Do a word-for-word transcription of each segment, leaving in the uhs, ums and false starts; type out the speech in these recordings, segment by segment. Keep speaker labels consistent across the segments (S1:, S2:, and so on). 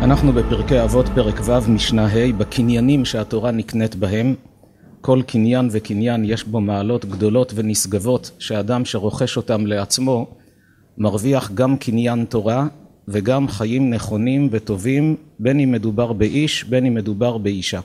S1: אנחנו בפרקי אבות פרק ו' משנה ה' בקניינים שהתורה נקנית בהם. כל קניין וקניין יש בו מעלות גדולות ונשגבות שאדם שרוכש אותם לעצמו מרוויח גם קניין תורה וגם חיים נכונים וטובים, בין אם מדובר באיש בין אם מדובר באישה.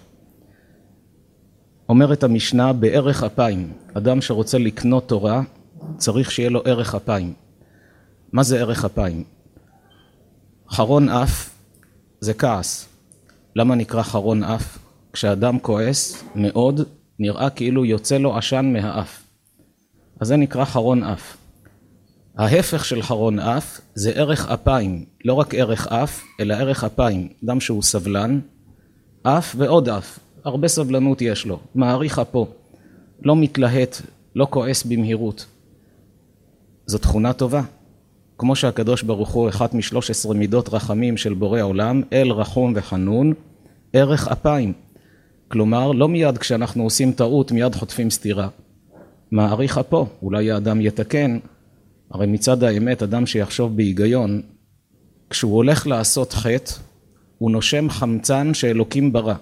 S1: אומרת המשנה בערך אפיים, אדם שרוצה לקנות תורה צריך שיהיה לו ערך אפיים. מה זה ערך אפיים? חרון אף זה כעס. למה נקרא חרון אף? כשאדם כועס מאוד נראה כאילו יוצא לו עשן מהאף. אז זה נקרא חרון אף. ההפך של חרון אף זה ערך אפיים, לא רק ערך אף אלא ערך אפיים. אדם שהוא סבלן, אף ועוד אף, הרבה סבלנות יש לו, מעריך אפו, לא מתלהט, לא כועס במהירות. זו תכונה טובה. כמו שהקדוש ברוך הוא אחת משלוש עשרה מידות רחמים של בורא עולם, אל רחום וחנון, ערך אפיים. כלומר, לא מיד כשאנחנו עושים טעות, מיד חוטפים סתירה. מעריך אפו, אולי האדם יתקן. הרי מצד האמת, אדם שיחשוב בהיגיון, כשהוא הולך לעשות חטא, הוא נושם חמצן שאלוקים ברא.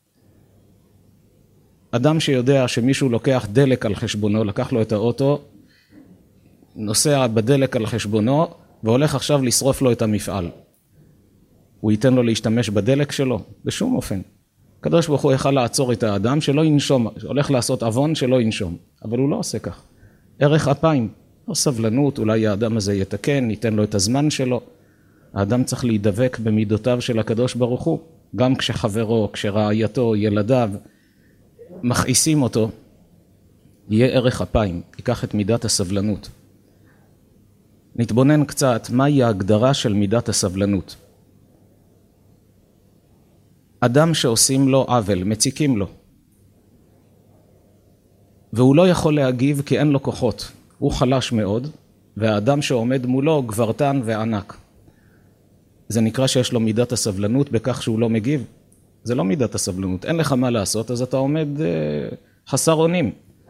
S1: אדם שיודע שמישהו לוקח דלק על חשבונו, לקח לו את האוטו, נוסע בדלק על חשבונו והולך עכשיו לשרוף לו את המפעל. הוא ייתן לו להשתמש בדלק שלו? בשום אופן. הקדוש ברוך הוא יכל לעצור את האדם שלא ינשום, הולך לעשות אבון שלא ינשום, אבל הוא לא עושה כך. ערך אפיים, לא סבלנות, אולי האדם הזה יתקן, ניתן לו את הזמן שלו. האדם צריך להידבק במידותיו של הקדוש ברוך הוא, גם כשחברו, כשרעייתו, ילדיו מכעיסים אותו, יהיה ערך אפיים, ייקח את מידת הסבלנות. נתבונן קצת מהי ההגדרה של מידת הסבלנות. אדם שעושים לו עוול, מציקים לו, והוא לא יכול להגיב כי אין לו כוחות, הוא חלש מאוד, והאדם שעומד מולו גברתן וענק. זה נקרא שיש לו מידת הסבלנות בכך שהוא לא מגיב? זה לא מידת הסבלנות, אין לך מה לעשות, אז אתה עומד אה, חסר אונים.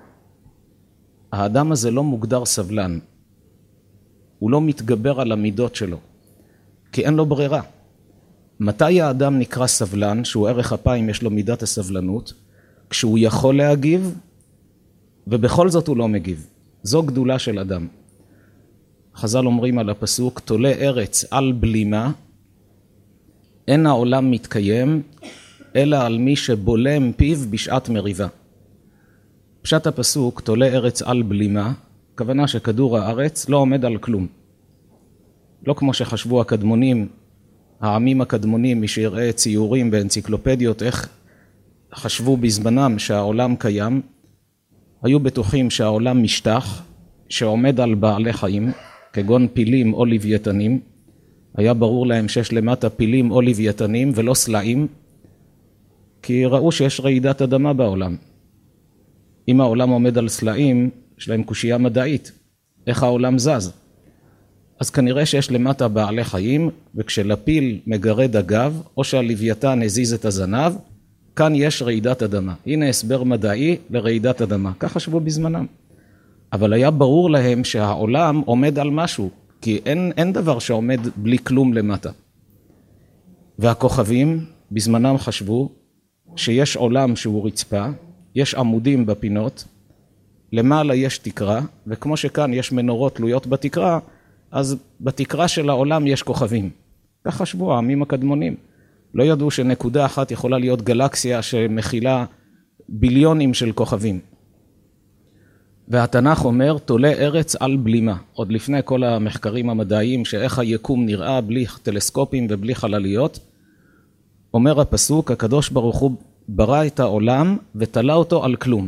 S1: האדם הזה לא מוגדר סבלן, הוא לא מתגבר על המידות שלו, כי אין לו ברירה. מתי האדם נקרא סבלן, שהוא ערך אפיים יש לו מידת הסבלנות? כשהוא יכול להגיב, ובכל זאת הוא לא מגיב. זו גדולה של אדם. חז"ל אומרים על הפסוק, תולה ארץ על בלימה, אין העולם מתקיים, אלא על מי שבולם פיו בשעת מריבה. פשט הפסוק, תולה ארץ על בלימה, כוונה שכדור הארץ לא עומד על כלום. לא כמו שחשבו הקדמונים, העמים הקדמונים, מי שיראה ציורים באנציקלופדיות, איך חשבו בזמנם שהעולם קיים, היו בטוחים שהעולם משטח, שעומד על בעלי חיים, כגון פילים או לוויתנים. היה ברור להם שיש למטה פילים או לוויתנים ולא סלעים, כי ראו שיש רעידת אדמה בעולם. אם העולם עומד על סלעים, יש להם קושייה מדעית, איך העולם זז. אז כנראה שיש למטה בעלי חיים, וכשלפיל מגרד הגב, או שהלוויתן הזיז את הזנב, כאן יש רעידת אדמה. הנה הסבר מדעי לרעידת אדמה. כך חשבו בזמנם. אבל היה ברור להם שהעולם עומד על משהו, כי אין, אין דבר שעומד בלי כלום למטה. והכוכבים בזמנם חשבו שיש עולם שהוא רצפה, יש עמודים בפינות, למעלה יש תקרה, וכמו שכאן יש מנורות תלויות בתקרה, אז בתקרה של העולם יש כוכבים. כך חשבו העמים הקדמונים. לא ידעו שנקודה אחת יכולה להיות גלקסיה שמכילה ביליונים של כוכבים. והתנ"ך אומר, תולה ארץ על בלימה. עוד לפני כל המחקרים המדעיים שאיך היקום נראה בלי טלסקופים ובלי חלליות, אומר הפסוק, הקדוש ברוך הוא ברא את העולם ותלה אותו על כלום.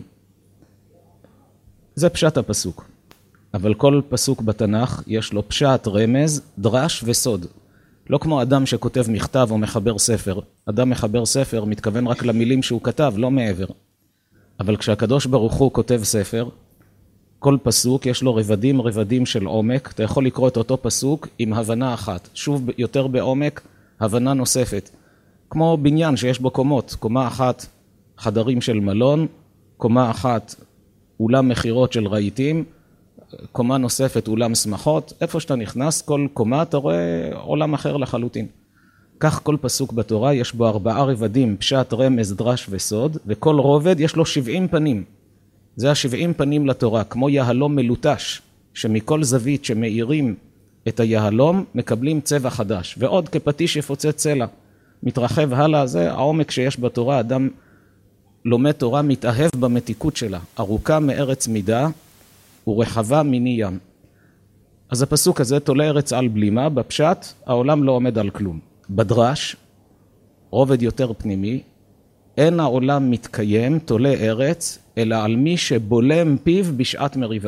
S1: זה פשט הפסוק. אבל כל פסוק בתנ"ך יש לו פשט, רמז, דרש וסוד. לא כמו אדם שכותב מכתב או מחבר ספר. אדם מחבר ספר מתכוון רק למילים שהוא כתב, לא מעבר. אבל כשהקדוש ברוך הוא כותב ספר, כל פסוק יש לו רבדים רבדים של עומק. אתה יכול לקרוא את אותו פסוק עם הבנה אחת. שוב יותר בעומק, הבנה נוספת. כמו בניין שיש בו קומות. קומה אחת חדרים של מלון, קומה אחת אולם מחירות של רהיטים, קומה נוספת אולם שמחות. איפה שאתה נכנס, כל קומה אתה רואה עולם אחר לחלוטין. כך כל פסוק בתורה יש בו ארבעה רבדים, פשט, רמז, דרש וסוד, וכל רובד יש לו שבעים פנים. זה השבעים פנים לתורה, כמו יהלום מלוטש, שמכל זווית שמאירים את היהלום מקבלים צבע חדש, ועוד כפטיש יפוצץ צלע. מתרחב הלאה, זה העומק שיש בתורה, אדם לומד תורה מתאהב במתיקות שלה, ארוכה מארץ מידה ורחבה מיני ים. אז הפסוק הזה תולה ארץ על בלימה, בפשט העולם לא עומד על כלום. בדרש, רובד יותר פנימי, אין העולם מתקיים, תולה ארץ, אלא על מי שבולם פיו בשעת מריבה.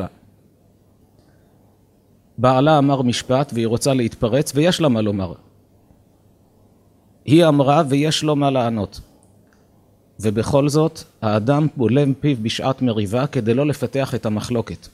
S1: בעלה אמר משפט והיא רוצה להתפרץ ויש לה מה לומר. היא אמרה ויש לו מה לענות. ובכל זאת האדם בולם פיו בשעת מריבה כדי לא לפתח את המחלוקת.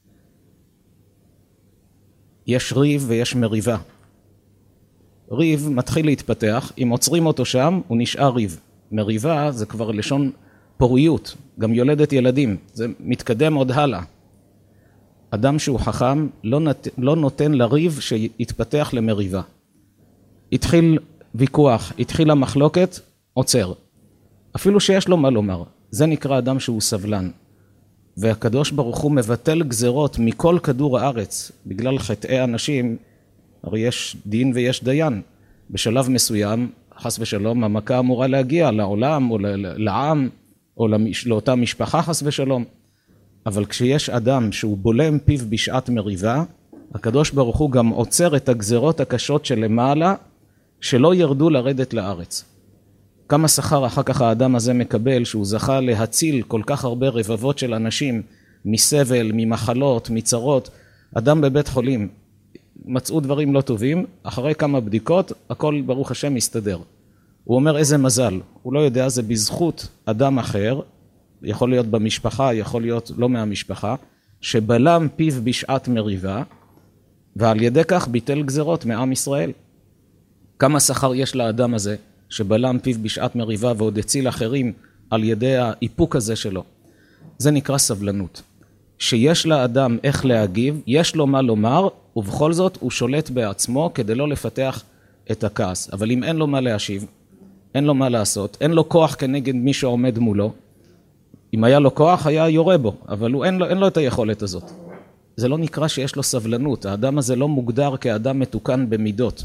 S1: יש ריב ויש מריבה. ריב מתחיל להתפתח, אם עוצרים אותו שם הוא נשאר ריב. מריבה זה כבר לשון פוריות, גם יולדת ילדים, זה מתקדם עוד הלאה. אדם שהוא חכם לא, נת... לא נותן לריב שיתפתח למריבה. התחיל ויכוח, התחילה מחלוקת, עוצר. אפילו שיש לו מה לומר, זה נקרא אדם שהוא סבלן. והקדוש ברוך הוא מבטל גזרות מכל כדור הארץ, בגלל חטאי אנשים, הרי יש דין ויש דיין. בשלב מסוים, חס ושלום, המכה אמורה להגיע לעולם או לעם, או לאותה משפחה חס ושלום. אבל כשיש אדם שהוא בולם פיו בשעת מריבה, הקדוש ברוך הוא גם עוצר את הגזרות הקשות שלמעלה, שלא ירדו לרדת לארץ. כמה שכר אחר כך האדם הזה מקבל, שהוא זכה להציל כל כך הרבה רבבות של אנשים, מסבל, ממחלות, מצרות. אדם בבית חולים, מצאו דברים לא טובים, אחרי כמה בדיקות, הכל ברוך השם מסתדר. הוא אומר איזה מזל, הוא לא יודע, זה בזכות אדם אחר, יכול להיות במשפחה, יכול להיות לא מהמשפחה, שבלם פיו בשעת מריבה, ועל ידי כך ביטל גזרות מעם ישראל. כמה שכר יש לאדם הזה, שבלם פיו בשעת מריבה, ועוד הציל אחרים על ידי האיפוק הזה שלו. זה נקרא סבלנות. שיש לאדם איך להגיב, יש לו מה לומר, ובכל זאת הוא שולט בעצמו כדי לא לפתח את הכעס. אבל אם אין לו מה להשיב, אין לו מה לעשות, אין לו כוח כנגד מי שעומד מולו, אם היה לו כוח היה יורה בו, אבל הוא אין לו, אין לו את היכולת הזאת. זה לא נקרא שיש לו סבלנות, האדם הזה לא מוגדר כאדם מתוקן במידות.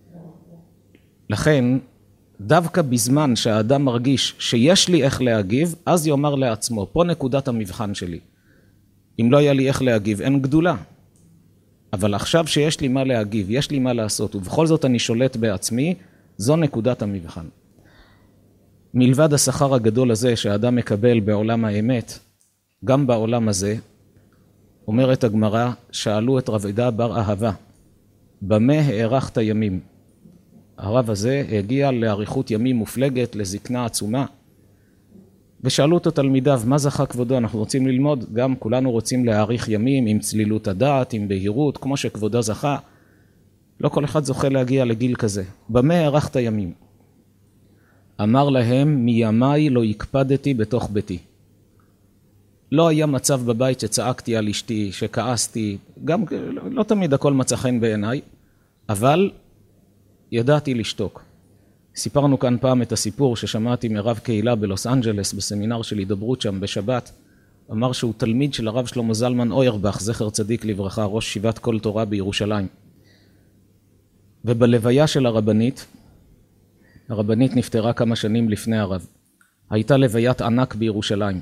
S1: לכן, דווקא בזמן שהאדם מרגיש שיש לי איך להגיב, אז יאמר לעצמו, פה נקודת המבחן שלי. אם לא היה לי איך להגיב, אין גדולה. אבל עכשיו שיש לי מה להגיב, יש לי מה לעשות, ובכל זאת אני שולט בעצמי, זו נקודת המבחן. מלבד השכר הגדול הזה שהאדם מקבל בעולם האמת, גם בעולם הזה, אומרת הגמרא, שאלו את רב עדה בר אהבה, במה הארכת ימים? הרב הזה הגיע לאריכות ימים מופלגת, לזקנה עצומה, ושאלו אותו תלמידיו, מה זכה כבודו? אנחנו רוצים ללמוד, גם כולנו רוצים להאריך ימים עם צלילות הדעת, עם בהירות, כמו שכבודו זכה. לא כל אחד זוכה להגיע לגיל כזה. במה הארכת ימים? אמר להם, מימיי לא הקפדתי בתוך ביתי. לא היה מצב בבית שצעקתי על אשתי, שכעסתי, גם לא תמיד הכל מצא חן בעיניי, אבל ידעתי לשתוק. סיפרנו כאן פעם את הסיפור ששמעתי מרב קהילה בלוס אנג'לס, בסמינר של הידברות שם בשבת. אמר שהוא תלמיד של הרב שלמה זלמן אוירבך, זכר צדיק לברכה, ראש שיבת כל תורה בירושלים. ובלוויה של הרבנית, הרבנית נפטרה כמה שנים לפני הרב. הייתה לוויית ענק בירושלים.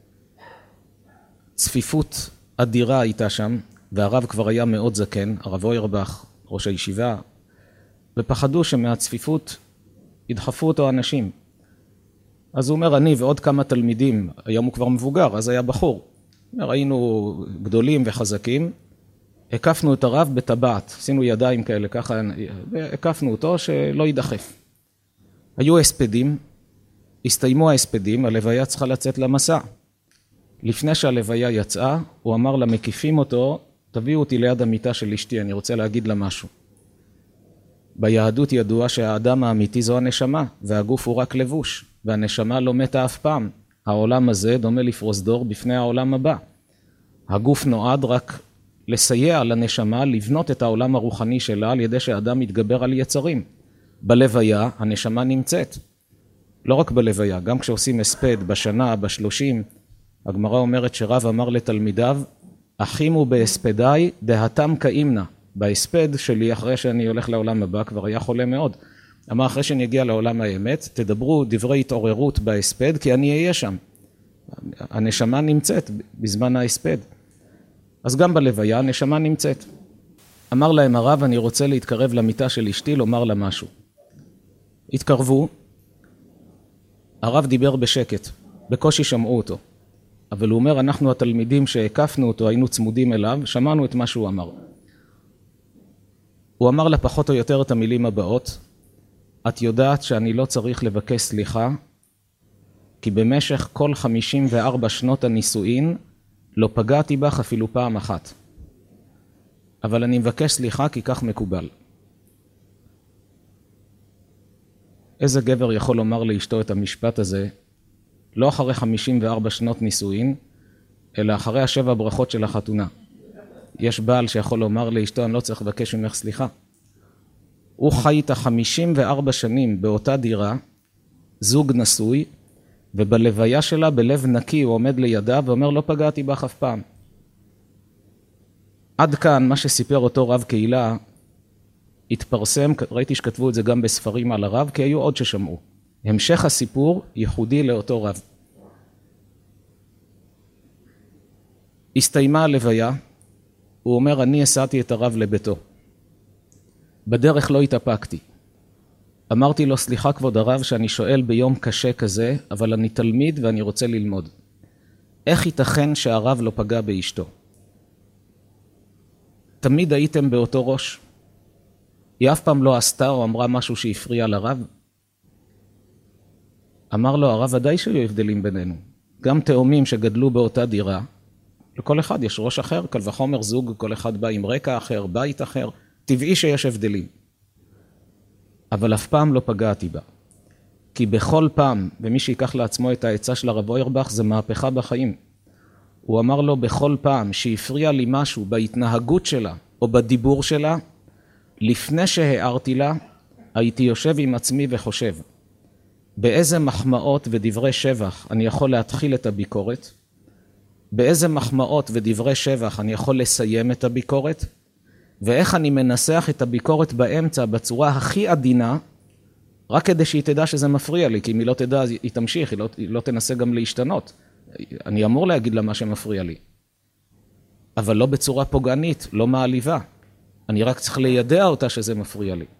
S1: צפיפות אדירה הייתה שם, והרב כבר היה מאוד זקן, הרב אוירבך, ראש הישיבה, ופחדו שמהצפיפות ידחפו אותו אנשים. אז הוא אומר, אני ועוד כמה תלמידים, היום הוא כבר מבוגר, אז היה בחור. ראינו גדולים וחזקים, הקפנו את הרב בטבעת, עשינו ידיים כאלה ככה, והקפנו אותו שלא יידחף. היו הספדים, הסתיימו ההספדים, הלוויה צריכה לצאת למסע. לפני שהלוויה יצאה, הוא אמר למקיפים אותו, תביאו אותי ליד המיטה של אשתי, אני רוצה להגיד לה משהו. ביהדות ידוע שהאדם האמיתי זו הנשמה, והגוף הוא רק לבוש, והנשמה לא מתה אף פעם. העולם הזה דומה לפרוזדור בפני העולם הבא. הגוף נועד רק לסייע לנשמה לבנות את העולם הרוחני שלה, על ידי שהאדם מתגבר על יצרים. בלוויה הנשמה נמצאת. לא רק בלוויה, גם כשעושים הספד בשנה, בשלושים, הגמרא אומרת שרב אמר לתלמידיו, אחימו בהספדיי דהתם כאימנה. בהספד שלי, אחרי שאני הולך לעולם הבא, כבר היה חולה מאוד. אמר, אחרי שאני אגיע לעולם האמת, תדברו דברי התעוררות בהספד, כי אני אהיה שם. הנשמה נמצאת בזמן ההספד. אז גם בלוויה הנשמה נמצאת. אמר להם הרב, אני רוצה להתקרב למיטה של אשתי, לומר לה משהו. התקרבו, הרב דיבר בשקט, בקושי שמעו אותו. אבל הוא אומר, אנחנו התלמידים שהקפנו אותו, היינו צמודים אליו, שמענו את מה שהוא אמר. הוא אמר לה פחות או יותר את המילים הבאות, את יודעת שאני לא צריך לבקש סליחה, כי במשך כל חמישים וארבע שנות הנישואין, לא פגעתי בך אפילו פעם אחת. אבל אני מבקש סליחה כי כך מקובל. איזה גבר יכול לומר לאשתו את המשפט הזה, לא אחרי חמישים וארבע שנות נישואין, אלא אחרי השבע ברכות של החתונה. יש בעל שיכול לומר לאשתו, אני לא צריך לבקש ממך סליחה. הוא חי איתה חמישים וארבע שנים באותה דירה, זוג נשוי, ובלוויה שלה, בלב נקי, הוא עומד לידה ואומר, לא פגעתי בך אף פעם. עד כאן, מה שסיפר אותו רב קהילה, התפרסם, ראיתי שכתבו את זה גם בספרים על הרב, כי היו עוד ששמעו. המשך הסיפור ייחודי לאותו רב. הסתיימה הלוויה, הוא אומר, אני הסעתי את הרב לביתו. בדרך לא התאפקתי. אמרתי לו, סליחה כבוד הרב, שאני שואל ביום קשה כזה, אבל אני תלמיד ואני רוצה ללמוד. איך ייתכן שהרב לא פגע באשתו? תמיד הייתם באותו ראש? היא אף פעם לא עשתה או אמרה משהו שהפריע לרב? אמר לו, הרב ודאי שהיו הבדלים בינינו. גם תאומים שגדלו באותה דירה, לכל אחד יש ראש אחר, קל וחומר זוג, כל אחד בא עם רקע אחר, בית אחר, טבעי שיש הבדלים. אבל אף פעם לא פגעתי בה. כי בכל פעם, ומי שיקח לעצמו את העצה של הרב אוירבך, זה מהפכה בחיים. הוא אמר לו, בכל פעם שהפריע לי משהו בהתנהגות שלה, או בדיבור שלה, לפני שהערתי לה, הייתי יושב עם עצמי וחושב, באיזה מחמאות ודברי שבח אני יכול להתחיל את הביקורת, באיזה מחמאות ודברי שבח אני יכול לסיים את הביקורת, ואיך אני מנסח את הביקורת באמצע בצורה הכי עדינה, רק כדי שהיא תדע שזה מפריע לי, כי אם היא לא תדע, היא תמשיך, היא לא, היא לא תנסה גם להשתנות. אני אמור להגיד לה מה שמפריע לי. אבל לא בצורה פוגענית, לא מעליבה. אני רק צריך לידע אותה שזה מפריע לי.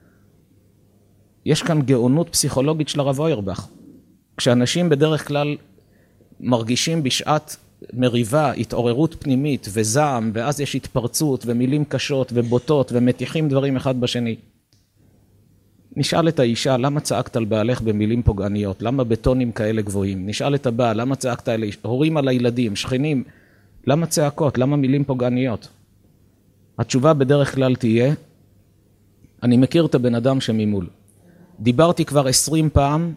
S1: יש כאן גאונות פסיכולוגית של הרב אוירבך. כשאנשים בדרך כלל מרגישים בשעת מריבה, התעוררות פנימית וזעם, ואז יש התפרצות ומילים קשות ובוטות ומתיחים דברים אחד בשני. נשאל את האישה, למה צעקת על בעלך במילים פוגעניות? למה בטונים כאלה גבוהים? נשאל את הבעל, למה צעקת על הורים על הילדים, שכנים? למה צעקות? למה מילים פוגעניות? התשובה בדרך כלל תהיה, אני מכיר את הבן אדם שממול. דיברתי כבר עשרים פעם,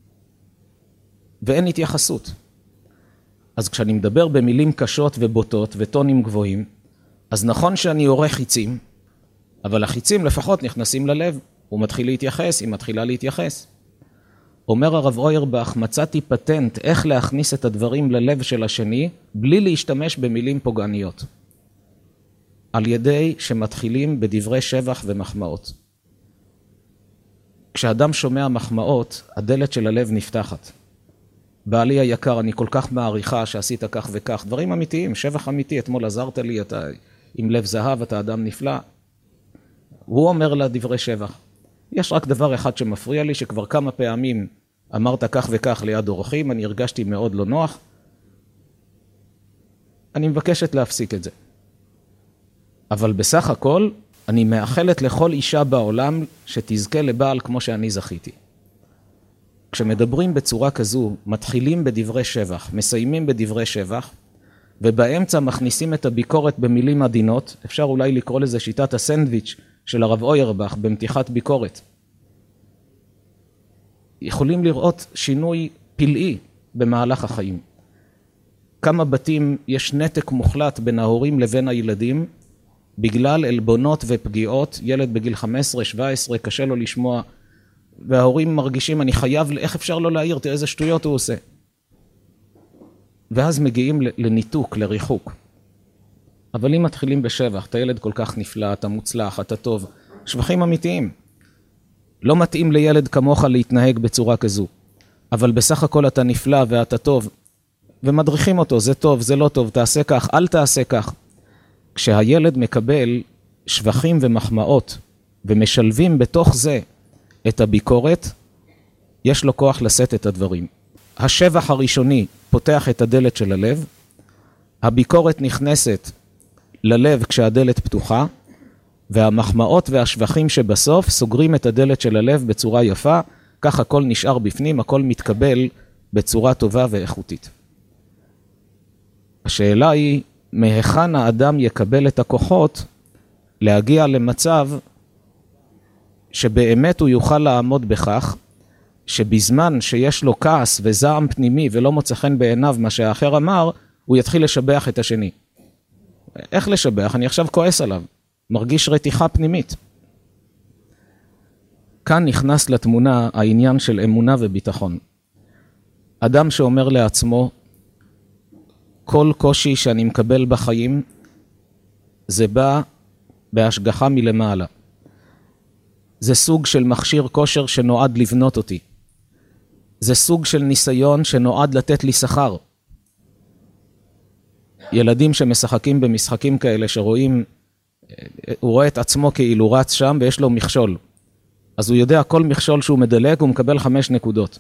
S1: ואין התייחסות. אז כשאני מדבר במילים קשות ובוטות וטונים גבוהים, אז נכון שאני עורך חיצים, אבל החיצים לפחות נכנסים ללב. הוא מתחיל להתייחס, היא מתחילה להתייחס. אומר הרב אוירבך, מצאתי פטנט איך להכניס את הדברים ללב של השני, בלי להשתמש במילים פוגעניות. על ידי שמתחילים בדברי שבח ומחמאות. כשאדם שומע מחמאות, הדלת של הלב נפתחת. בעלי היקר, אני כל כך מעריכה שעשית כך וכך. דברים אמיתיים, שבח אמיתי, אתמול עזרת לי, אתה עם לב זהב, אתה אדם נפלא. הוא אומר לה דברי שבח. יש רק דבר אחד שמפריע לי, שכבר כמה פעמים אמרת כך וכך ליד אורחים, אני הרגשתי מאוד לא נוח. אני מבקשת להפסיק את זה. אבל בסך הכל, אני מאחלת לכל אישה בעולם שתזכה לבעל כמו שאני זכיתי. כשמדברים בצורה כזו, מתחילים בדברי שבח, מסיימים בדברי שבח, ובאמצע מכניסים את הביקורת במילים עדינות, אפשר אולי לקרוא לזה שיטת הסנדוויץ' של הרב אוירבך במתיחת ביקורת. יכולים לראות שינוי פלאי במהלך החיים. כמה בתים יש נתק מוחלט בין ההורים לבין הילדים, בגלל אלבונות ופגיעות, ילד בגיל חמש עשרה שבע עשרה קשה לו לשמוע, וההורים מרגישים, אני חייב, איך אפשר לא להעיר, תראה איזה שטויות הוא עושה. ואז מגיעים לניתוק, לריחוק. אבל אם מתחילים בשבח, אתה ילד כל כך נפלא, אתה מוצלח, אתה טוב, שבחים אמיתיים. לא מתאים לילד כמוך להתנהג בצורה כזו, אבל בסך הכל אתה נפלא ואתה טוב, ומדריכים אותו, זה טוב, זה לא טוב, תעשה כך, אל תעשה כך. כשהילד מקבל שבחים ומחמאות, ומשלבים בתוך זה את הביקורת, יש לו כוח לשאת את הדברים. השבח הראשוני פותח את הדלת של הלב, הביקורת נכנסת ללב כשהדלת פתוחה, והמחמאות והשבחים שבסוף סוגרים את הדלת של הלב בצורה יפה, כך הכל נשאר בפנים, הכל מתקבל בצורה טובה ואיכותית. השאלה היא, מהיכן האדם יקבל את הכוחות להגיע למצב שבאמת הוא יוכל לעמוד בכך, שבזמן שיש לו כעס וזעם פנימי ולא מוצא חן בעיניו מה שהאחר אמר, הוא יתחיל לשבח את השני. איך לשבח? אני עכשיו כועס עליו, מרגיש רתיחה פנימית. כאן נכנס לתמונה העניין של אמונה וביטחון. אדם שאומר לעצמו, כל קושי שאני מקבל בחיים, זה בא בהשגחה מלמעלה. זה סוג של מכשיר כושר שנועד לבנות אותי. זה סוג של ניסיון שנועד לתת לי שכר. ילדים שמשחקים במשחקים כאלה שרואים, הוא רואה את עצמו כאילו רץ שם ויש לו מכשול. אז הוא יודע כל מכשול שהוא מדלג הוא מקבל חמש נקודות.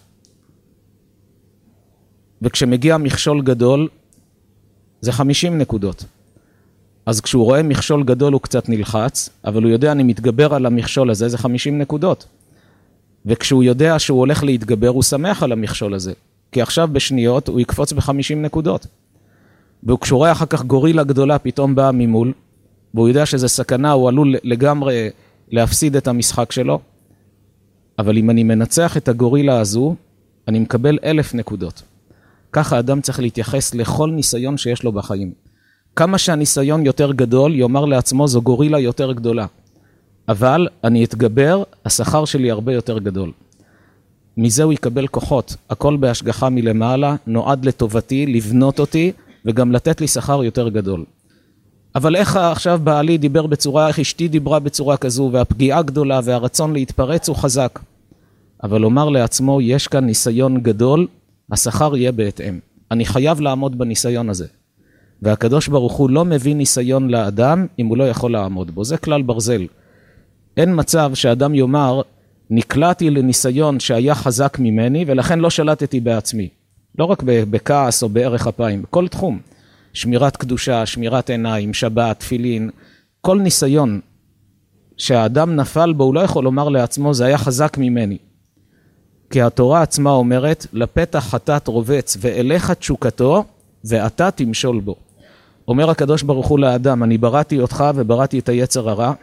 S1: וכשמגיע מכשול גדול זה חמישים נקודות. אז כשהוא רואה מכשול גדול הוא קצת נלחץ, אבל הוא יודע אני מתגבר על המכשול הזה, זה חמישים נקודות. וכשהוא יודע שהוא הולך להתגבר הוא שמח על המכשול הזה. כי עכשיו בשניות הוא יקפוץ ב-חמישים נקודות. וכשהוא רואה אחר כך גורילה גדולה פתאום באה ממול, והוא יודע שזה סכנה, הוא עלול לגמרי להפסיד את המשחק שלו. אבל אם אני מנצח את הגורילה הזו, אני מקבל אלף נקודות. ככה האדם צריך להתייחס לכל ניסיון שיש לו בחיים. כמה שהניסיון יותר גדול, יאמר לעצמו זו גורילה יותר גדולה. אבל אני אתגבר, השכר שלי הרבה יותר גדול. מזה הוא יקבל כוחות. הכל בהשגחה מלמעלה, נועד לטובתי, לבנות אותי, וגם לתת לי שכר יותר גדול. אבל איך עכשיו בעלי דיבר בצורה, איך אשתי דיברה בצורה כזו, והפגיעה גדולה והרצון להתפרץ הוא חזק. אבל לומר לעצמו, יש כאן ניסיון גדול, השכר יהיה בהתאם. אני חייב לעמוד בניסיון הזה. והקדוש ברוך הוא לא מביא ניסיון לאדם אם הוא לא יכול לעמוד בו. זה כלל ברזל. אין מצב שאדם יאמר, נקלעתי לניסיון שהיה חזק ממני ולכן לא שלטתי בעצמי. לא רק בכעס או בערך אפיים, בכל תחום. שמירת קדושה, שמירת עיניים, שבת, תפילין, כל ניסיון שהאדם נפל בו, הוא לא יכול לומר לעצמו, זה היה חזק ממני. כי התורה עצמה אומרת, לפתח חטאת רובץ ואליך תשוקתו, ואתה תמשול בו. אומר הקדוש ברוך הוא לאדם, אני בראתי אותך ובראתי את היצר הרע.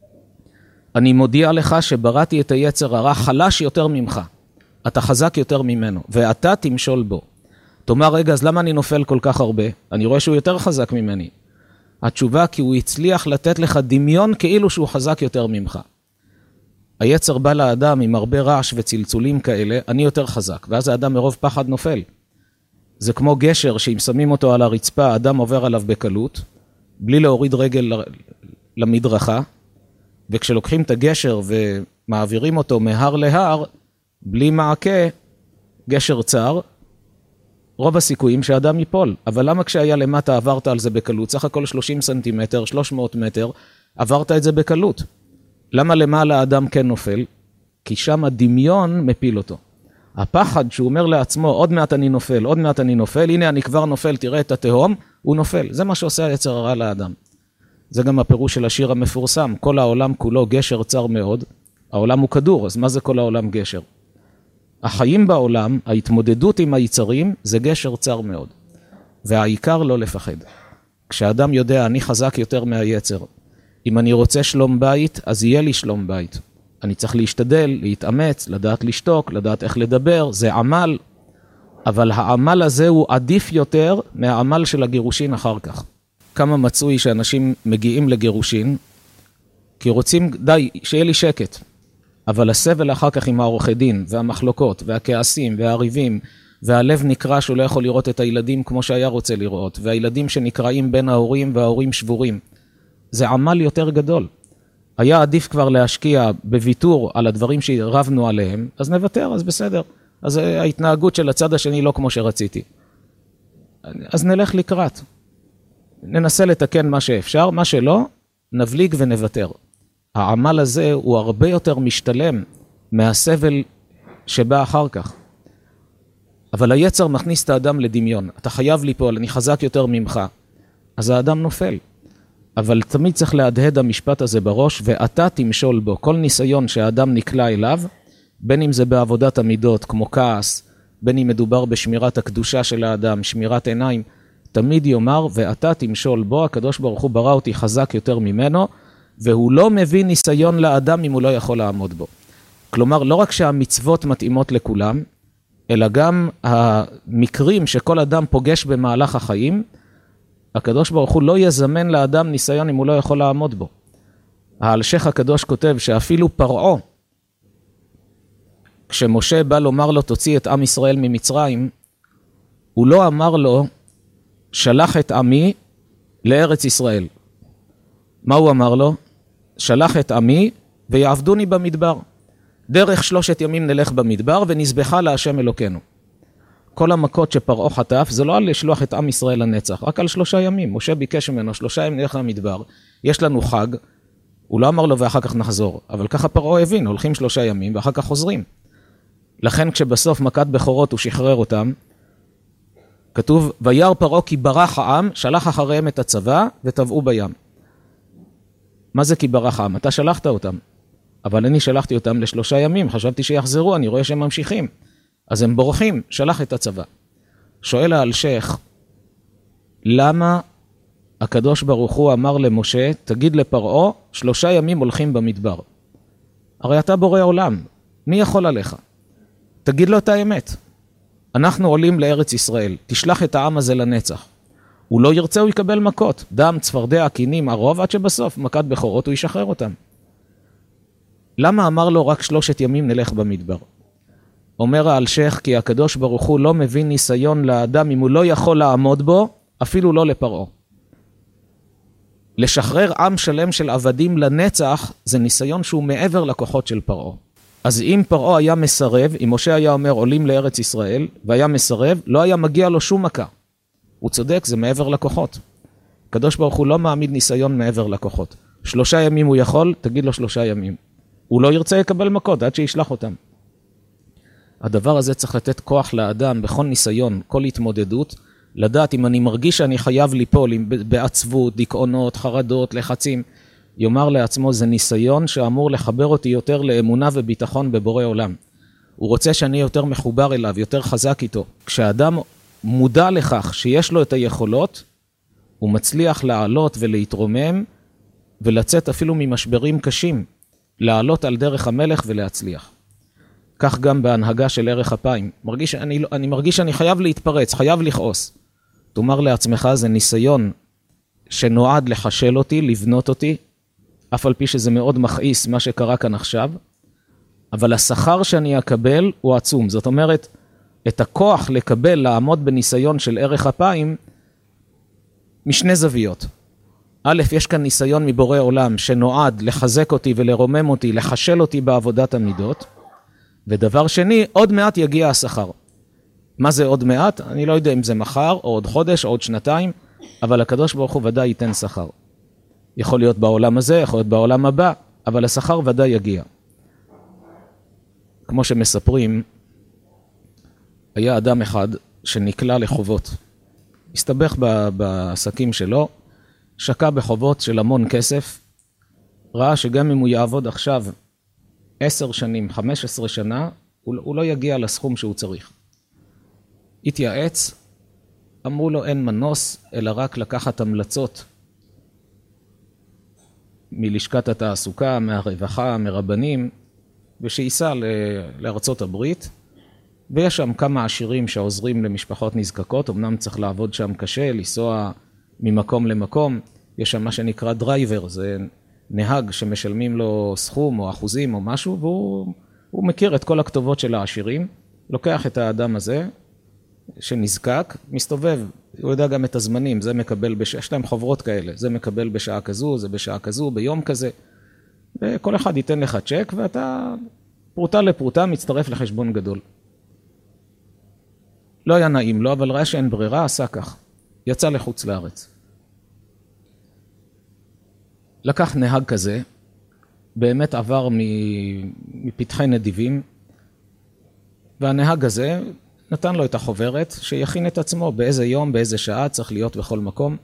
S1: אני מודיע לך שבראתי את היצר הרע חלש יותר ממך. אתה חזק יותר ממנו, ואתה תמשול בו. תאמר, רגע, אז למה אני נופל כל כך הרבה? אני רואה שהוא יותר חזק ממני. התשובה, כי הוא הצליח לתת לך דמיון כאילו שהוא חזק יותר ממך. היצר בא לאדם עם הרבה רעש וצלצולים כאלה, אני יותר חזק, ואז האדם מרוב פחד נופל. זה כמו גשר שאם שמים אותו על הרצפה, האדם עובר עליו בקלות, בלי להוריד רגל למדרכה, וכשלוקחים את הגשר ומעבירים אותו מהר להר, בלי מעקה, גשר צר, רוב הסיכויים שהאדם ייפול. אבל למה כשהיה למטה עברת על זה בקלות? סך הכל שלושים סנטימטר, שלוש מאות מטר, עברת את זה בקלות. למה למעלה האדם כן נופל? כי שם הדמיון מפיל אותו. הפחד שהוא אומר לעצמו, עוד מעט אני נופל, עוד מעט אני נופל, הנה אני כבר נופל, תראה את התהום, הוא נופל. זה מה שעושה היצר הרע לאדם. זה גם הפירוש של השיר המפורסם, כל העולם כולו גשר צר מאוד, העולם הוא כדור, אז מה זה כל העולם גשר? החיים בעולם, ההתמודדות עם היצרים, זה גשר צר מאוד. והעיקר לא לפחד. כשאדם יודע, אני חזק יותר מהיצר. אם אני רוצה שלום בית, אז יהיה לי שלום בית. אני צריך להשתדל, להתאמץ, לדעת לשתוק, לדעת איך לדבר, זה עמל. אבל העמל הזה הוא עדיף יותר מהעמל של הגירושין אחר כך. כמה מצוי שאנשים מגיעים לגירושין, כי רוצים, די, שיהיה לי שקט. אבל הסבל אחר כך עם העורכי דין, והמחלוקות, והכעסים, והריבים, והלב נקרא שהוא לא יכול לראות את הילדים כמו שהיה רוצה לראות, והילדים שנקראים בין ההורים וההורים שבורים. זה עמל יותר גדול. היה עדיף כבר להשקיע בוויתור על הדברים שרבנו עליהם, אז נוותר, אז בסדר. אז ההתנהגות של הצד השני לא כמו שרציתי. אז נלך לקראת. ננסה לתקן מה שאפשר, מה שלא, נבליג ונוותר. העמל הזה הוא הרבה יותר משתלם מהסבל שבא אחר כך. אבל היצר מכניס את האדם לדמיון. אתה חייב ליפול, אני חזק יותר ממך. אז האדם נופל. אבל תמיד צריך להדהד המשפט הזה בראש, ואתה תמשול בו. כל ניסיון שהאדם נקלע אליו, בין אם זה בעבודת המידות, כמו כעס, בין אם מדובר בשמירת הקדושה של האדם, שמירת עיניים, תמיד יאמר, ואתה תמשול בו, הקדוש ברוך הוא ברא אותי חזק יותר ממנו, והוא לא מביא ניסיון לאדם אם הוא לא יכול לעמוד בו. כלומר, לא רק שהמצוות מתאימות לכולם, אלא גם המקרים שכל אדם פוגש במהלך החיים, הקדוש ברוך הוא לא יזמן לאדם ניסיון אם הוא לא יכול לעמוד בו. האלשיך הקדוש כותב שאפילו פרעה, כשמשה בא לומר לו תוציא את עם ישראל ממצרים, הוא לא אמר לו שלח את עמי לארץ ישראל. מה הוא אמר לו? שלח את עמי ויעבדוני במדבר. דרך שלושת ימים נלך במדבר ונזבחה להשם אלוקינו. כל המכות שפרעה חטף זה לא על לשלוח את עם ישראל לנצח, רק על שלושה ימים. משה ביקש ממנו שלושה ימים נלך למדבר, יש לנו חג, הוא לא אמר לו ואחר כך נחזור, אבל ככה פרעה הבין, הולכים שלושה ימים ואחר כך חוזרים. לכן כשבסוף מכת בכורות הוא שחרר אותם, כתוב, וירא פרעה כי ברח העם, שלח אחריהם את הצבא וטבעו בים. מה זה כי ברח העם? אתה שלחת אותם, אבל אני שלחתי אותם לשלושה ימים, חשבתי שיחזרו, אני רואה שהם ממשיכים. אז הם בורחים, שלח את הצבא. שואל האלשיך, למה הקדוש ברוך הוא אמר למשה, תגיד לפרעה, שלושה ימים הולכים במדבר. הרי אתה בורא עולם, מי יכול עליך? תגיד לו את האמת. אנחנו עולים לארץ ישראל, תשלח את העם הזה לנצח. הוא לא ירצה, הוא יקבל מכות, דם, צפרדע, קינים, ערוב, עד שבסוף מכת בכורות הוא ישחרר אותם. למה אמר לו רק שלושת ימים נלך במדבר? אומר האלשיך כי הקדוש ברוך הוא לא מבין ניסיון לאדם אם הוא לא יכול לעמוד בו, אפילו לא לפרעה. לשחרר עם שלם של עבדים לנצח זה ניסיון שהוא מעבר לכוחות של פרעה. אז אם פרעה היה מסרב, אם משה היה אומר עולים לארץ ישראל והיה מסרב, לא היה מגיע לו שום מכה. הוא צודק, זה מעבר לכוחות. הקדוש ברוך הוא לא מעמיד ניסיון מעבר לכוחות. שלושה ימים הוא יכול, תגיד לו שלושה ימים. הוא לא ירצה לקבל מכות עד שישלח אותם. הדבר הזה צריך לתת כוח לאדם בכל ניסיון, כל התמודדות, לדעת אם אני מרגיש שאני חייב ליפול בעצבות, דיכאונות, חרדות, לחצים, יאמר לעצמו זה ניסיון שאמור לחבר אותי יותר לאמונה וביטחון בבורא עולם. הוא רוצה שאני יותר מחובר אליו, יותר חזק איתו. כשאדם מודע לכך שיש לו את היכולות, הוא מצליח לעלות ולהתרומם ולצאת אפילו ממשברים קשים, לעלות על דרך המלך ולהצליח. כך גם בהנהגה של ערך אפיים. מרגיש, אני, אני מרגיש שאני חייב להתפרץ, חייב לכעוס. תאמר לעצמך, זה ניסיון שנועד לחשל אותי, לבנות אותי, אף על פי שזה מאוד מכעיס מה שקרה כאן עכשיו, אבל השכר שאני אקבל הוא עצום. זאת אומרת, את הכוח לקבל, לעמוד בניסיון של ערך אפיים, משני זוויות. א', יש כאן ניסיון מבורא עולם שנועד לחזק אותי ולרומם אותי, לחשל אותי בעבודת המידות, ודבר שני, עוד מעט יגיע השכר. מה זה עוד מעט? אני לא יודע אם זה מחר, או עוד חודש, או עוד שנתיים, אבל הקדוש ברוך הוא ודאי ייתן שכר. יכול להיות בעולם הזה, יכול להיות בעולם הבא, אבל השכר ודאי יגיע. כמו שמספרים, היה אדם אחד שנקלע לחובות. הסתבך בעסקים שלו, שקע בחובות של המון כסף, ראה שגם אם הוא יעבוד עכשיו עשר שנים, חמש עשרה שנה, הוא לא יגיע לסכום שהוא צריך. התייעץ, אמרו לו אין מנוס, אלא רק לקחת המלצות מלשכת התעסוקה, מהרווחה, מרבנים, ושייסע לארצות הברית, ויש שם כמה עשירים שעוזרים למשפחות נזקקות, אמנם צריך לעבוד שם קשה, לנסוע ממקום למקום, יש שם מה שנקרא דרייבר, זה נהג שמשלמים לו סכום או אחוזים או משהו, והוא מכיר את כל הכתובות של העשירים, לוקח את האדם הזה שנזקק, מסתובב, הוא יודע גם את הזמנים, זה מקבל, בש... יש להם חוברות כאלה, זה מקבל בשעה כזו, זה בשעה כזו, ביום כזה, וכל אחד ייתן לך צ'ק, ואתה פרוטה לפרוטה מצטרף לחשבון גדול. לא היה נעים לו, אבל ראה שאין ברירה, עשה כך. יצא לחוץ לארץ. לקח נהג כזה, באמת עבר מפתחי נדיבים, והנהג הזה נתן לו את החוברת, שיכין את עצמו באיזה יום, באיזה שעה, צריך להיות בכל מקום.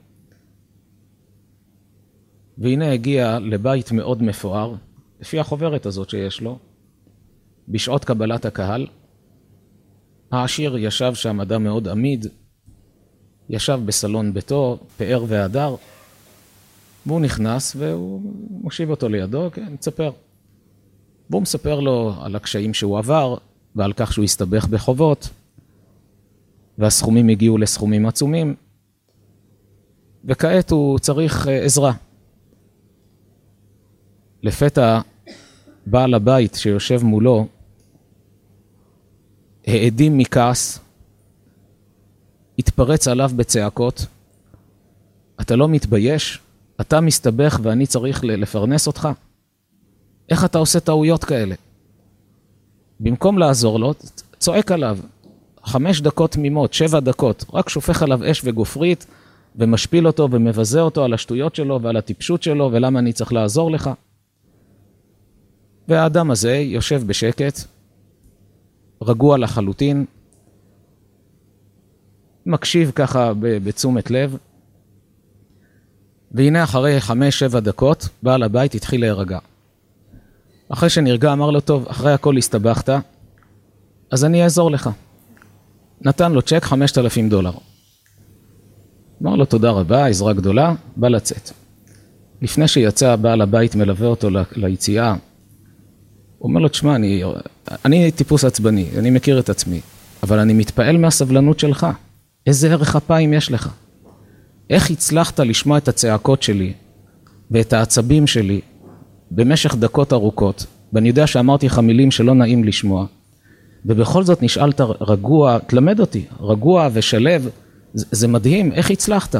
S1: והנה הגיע לבית מאוד מפואר, לפי החוברת הזאת שיש לו, בשעות קבלת הקהל. העשיר ישב שם, אדם מאוד עמיד, ישב בסלון ביתו, פאר והדר, והוא נכנס והוא מושיב אותו לידו, כן, מספר. והוא מספר לו על הקשיים שהוא עבר, ועל כך שהוא הסתבך בחובות, והסכומים הגיעו לסכומים עצומים, וכעת הוא צריך עזרה. לפתע בעל הבית שיושב מולו, העדים מכעס, התפרץ עליו בצעקות, אתה לא מתבייש? אתה מסתבך ואני צריך לפרנס אותך? איך אתה עושה טעויות כאלה? במקום לעזור לו, צועק עליו, חמש דקות תמימות, שבע דקות, רק שופך עליו אש וגופרית, ומשפיל אותו ומבזה אותו על השטויות שלו ועל הטיפשות שלו, ולמה אני צריך לעזור לך? והאדם הזה יושב בשקט, רגוע לחלוטין, מקשיב ככה בתשומת לב, והנה אחרי חמש, שבע דקות, בעל הבית התחיל להירגע. אחרי שנרגע אמר לו, טוב, אחרי הכל הסתבכת, אז אני אעזור לך. נתן לו צ'ק חמשת אלפים דולר. אמר לו, תודה רבה, עזרה גדולה, בא לצאת. לפני שיצא, בעל הבית מלווה אותו ליציאה, הוא אומר לו, תשמע, אני, אני טיפוס עצבני, אני מכיר את עצמי, אבל אני מתפעל מהסבלנות שלך. איזה ערך אפיים יש לך? איך הצלחת לשמוע את הצעקות שלי ואת העצבים שלי במשך דקות ארוכות, ואני יודע שאמרתי לך מילים שלא נעים לשמוע, ובכל זאת נשאלת רגוע, תלמד אותי, רגוע ושלב, זה, זה מדהים, איך הצלחת?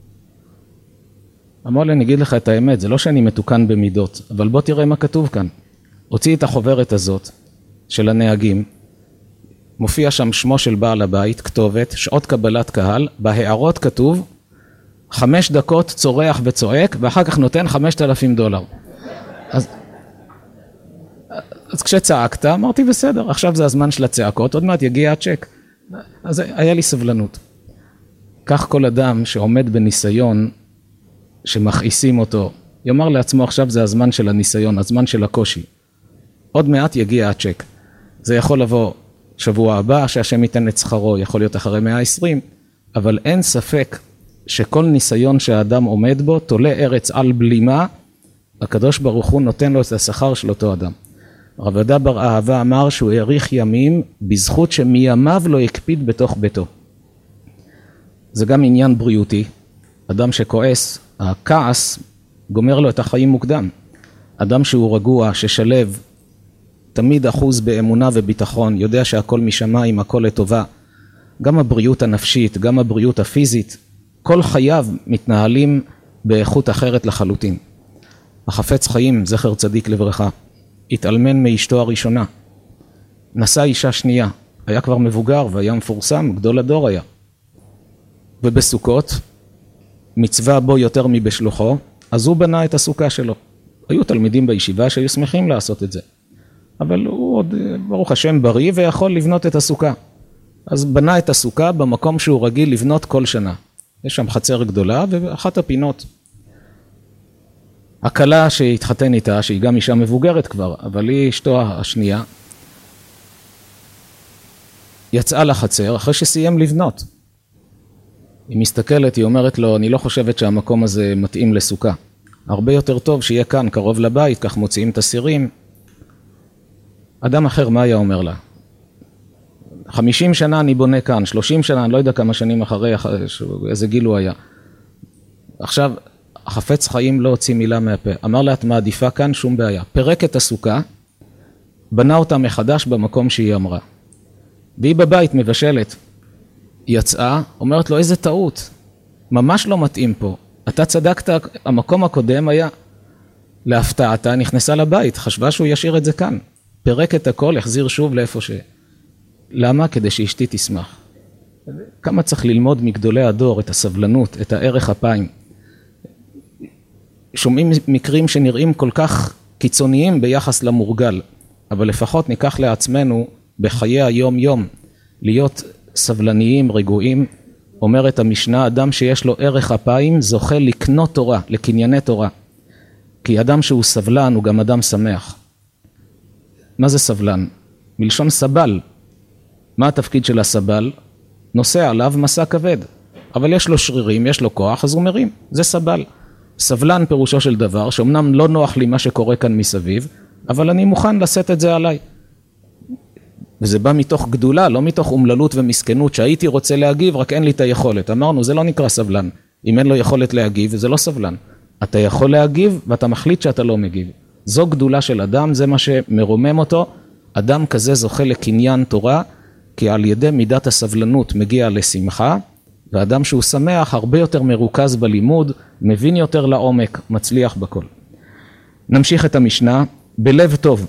S1: אמר לי, אני אגיד לך את האמת, זה לא שאני מתוקן במידות, אבל בוא תראה מה כתוב כאן. הוציא את החוברת הזאת של הנהגים, מופיע שם שמו של בעל הבית, כתובת, שעות קבלת קהל, בהערות כתוב, חמש דקות צורח וצועק, ואחר כך נותן חמשת אלפים דולר. אז, אז כשצעקת, אמרתי בסדר, עכשיו זה הזמן של הצעקות, עוד מעט יגיע הצ'ק. אז היה לי סבלנות. כך כל אדם שעומד בניסיון, שמכעיסים אותו, יאמר לעצמו עכשיו זה הזמן של הניסיון, הזמן של הקושי. עוד מעט יגיע הצ'ק. זה יכול לבוא שבוע הבא, שהשם ייתן את שכרו, יכול להיות אחרי מאה ועשרים, אבל אין ספק שכל ניסיון שהאדם עומד בו, תולה ארץ על בלימה, הקדוש ברוך הוא נותן לו את השכר של אותו אדם. רב יהודה בר אהבה אמר שהוא האריך ימים, בזכות שמיימיו לא יקפיד בתוך ביתו. זה גם עניין בריאותי. אדם שכועס, הכעס גומר לו את החיים מוקדם. אדם שהוא רגוע, ששלב, תמיד אחוז באמונה וביטחון, יודע שהכל משמיים, הכל לטובה. גם הבריאות הנפשית, גם הבריאות הפיזית, כל חייו מתנהלים באיכות אחרת לחלוטין. החפץ חיים, זכר צדיק לברכה, התאלמן מאשתו הראשונה. נשא אישה שנייה, היה כבר מבוגר והיה מפורסם, גדול הדור היה. ובסוכות, מצווה בו יותר מבשלוחו, אז הוא בנה את הסוכה שלו. היו תלמידים בישיבה שהיו שמחים לעשות את זה. אבל הוא עוד, ברוך השם, בריא ויכול לבנות את הסוכה. אז בנה את הסוכה במקום שהוא רגיל לבנות כל שנה. יש שם חצר גדולה ואחת הפינות. הכלה שהתחתן איתה, שהיא גם אישה מבוגרת כבר, אבל היא אשתו השנייה, יצאה לחצר אחרי שסיים לבנות. היא מסתכלת, היא אומרת לו, אני לא חושבת שהמקום הזה מתאים לסוכה. הרבה יותר טוב שיהיה כאן, קרוב לבית, כך מוציאים את הסירים. אדם אחר, מה היה אומר לה? חמישים שנה אני בונה כאן, שלושים שנה, אני לא יודע כמה שנים אחרי, איזה גיל הוא היה. עכשיו, החפץ חיים לא הוציא מילה מהפה. אמר לה, את מעדיפה כאן, שום בעיה. פרק את הסוכה, בנה אותה מחדש במקום שהיא אמרה. והיא בבית מבשלת. יצאה, אומרת לו, איזה טעות. ממש לא מתאים פה. אתה צדקת, המקום הקודם היה להפתעתה, נכנסה לבית, חשבה שהוא ישאיר את זה כאן. פרק את הכל, החזיר שוב לאיפה ש... למה? כדי שאשתי תשמח. כמה צריך ללמוד מגדולי הדור, את הסבלנות, את הערך אפיים. שומעים מקרים שנראים כל כך קיצוניים ביחס למורגל, אבל לפחות ניקח לעצמנו בחיי היום יום, להיות סבלניים, רגועים. אומרת המשנה, אדם שיש לו ערך אפיים זוכה לקנות תורה, לקנייני תורה. כי אדם שהוא סבלן הוא גם אדם שמח. מה זה סבלן? מלשון סבל. מה התפקיד של הסבל? נושא עליו מסע כבד. אבל יש לו שרירים, יש לו כוח, אז הוא מרים. זה סבל. סבלן פירושו של דבר, שאומנם לא נוח לי מה שקורה כאן מסביב, אבל אני מוכן לשאת את זה עליי. וזה בא מתוך גדולה, לא מתוך אומללות ומסכנות, שהייתי רוצה להגיב, רק אין לי את היכולת. אמרנו, זה לא נקרא סבלן. אם אין לו יכולת להגיב, זה לא סבלן. אתה יכול להגיב, ואתה מחליט שאתה לא מגיב. זו גדולה של אדם, זה מה שמרומם אותו. אדם כזה זוכה לקניין תורה, כי על ידי מידת הסבלנות מגיע לשמחה, ואדם שהוא שמח הרבה יותר מרוכז בלימוד, מבין יותר לעומק, מצליח בכל. נמשיך את המשנה, בלב טוב.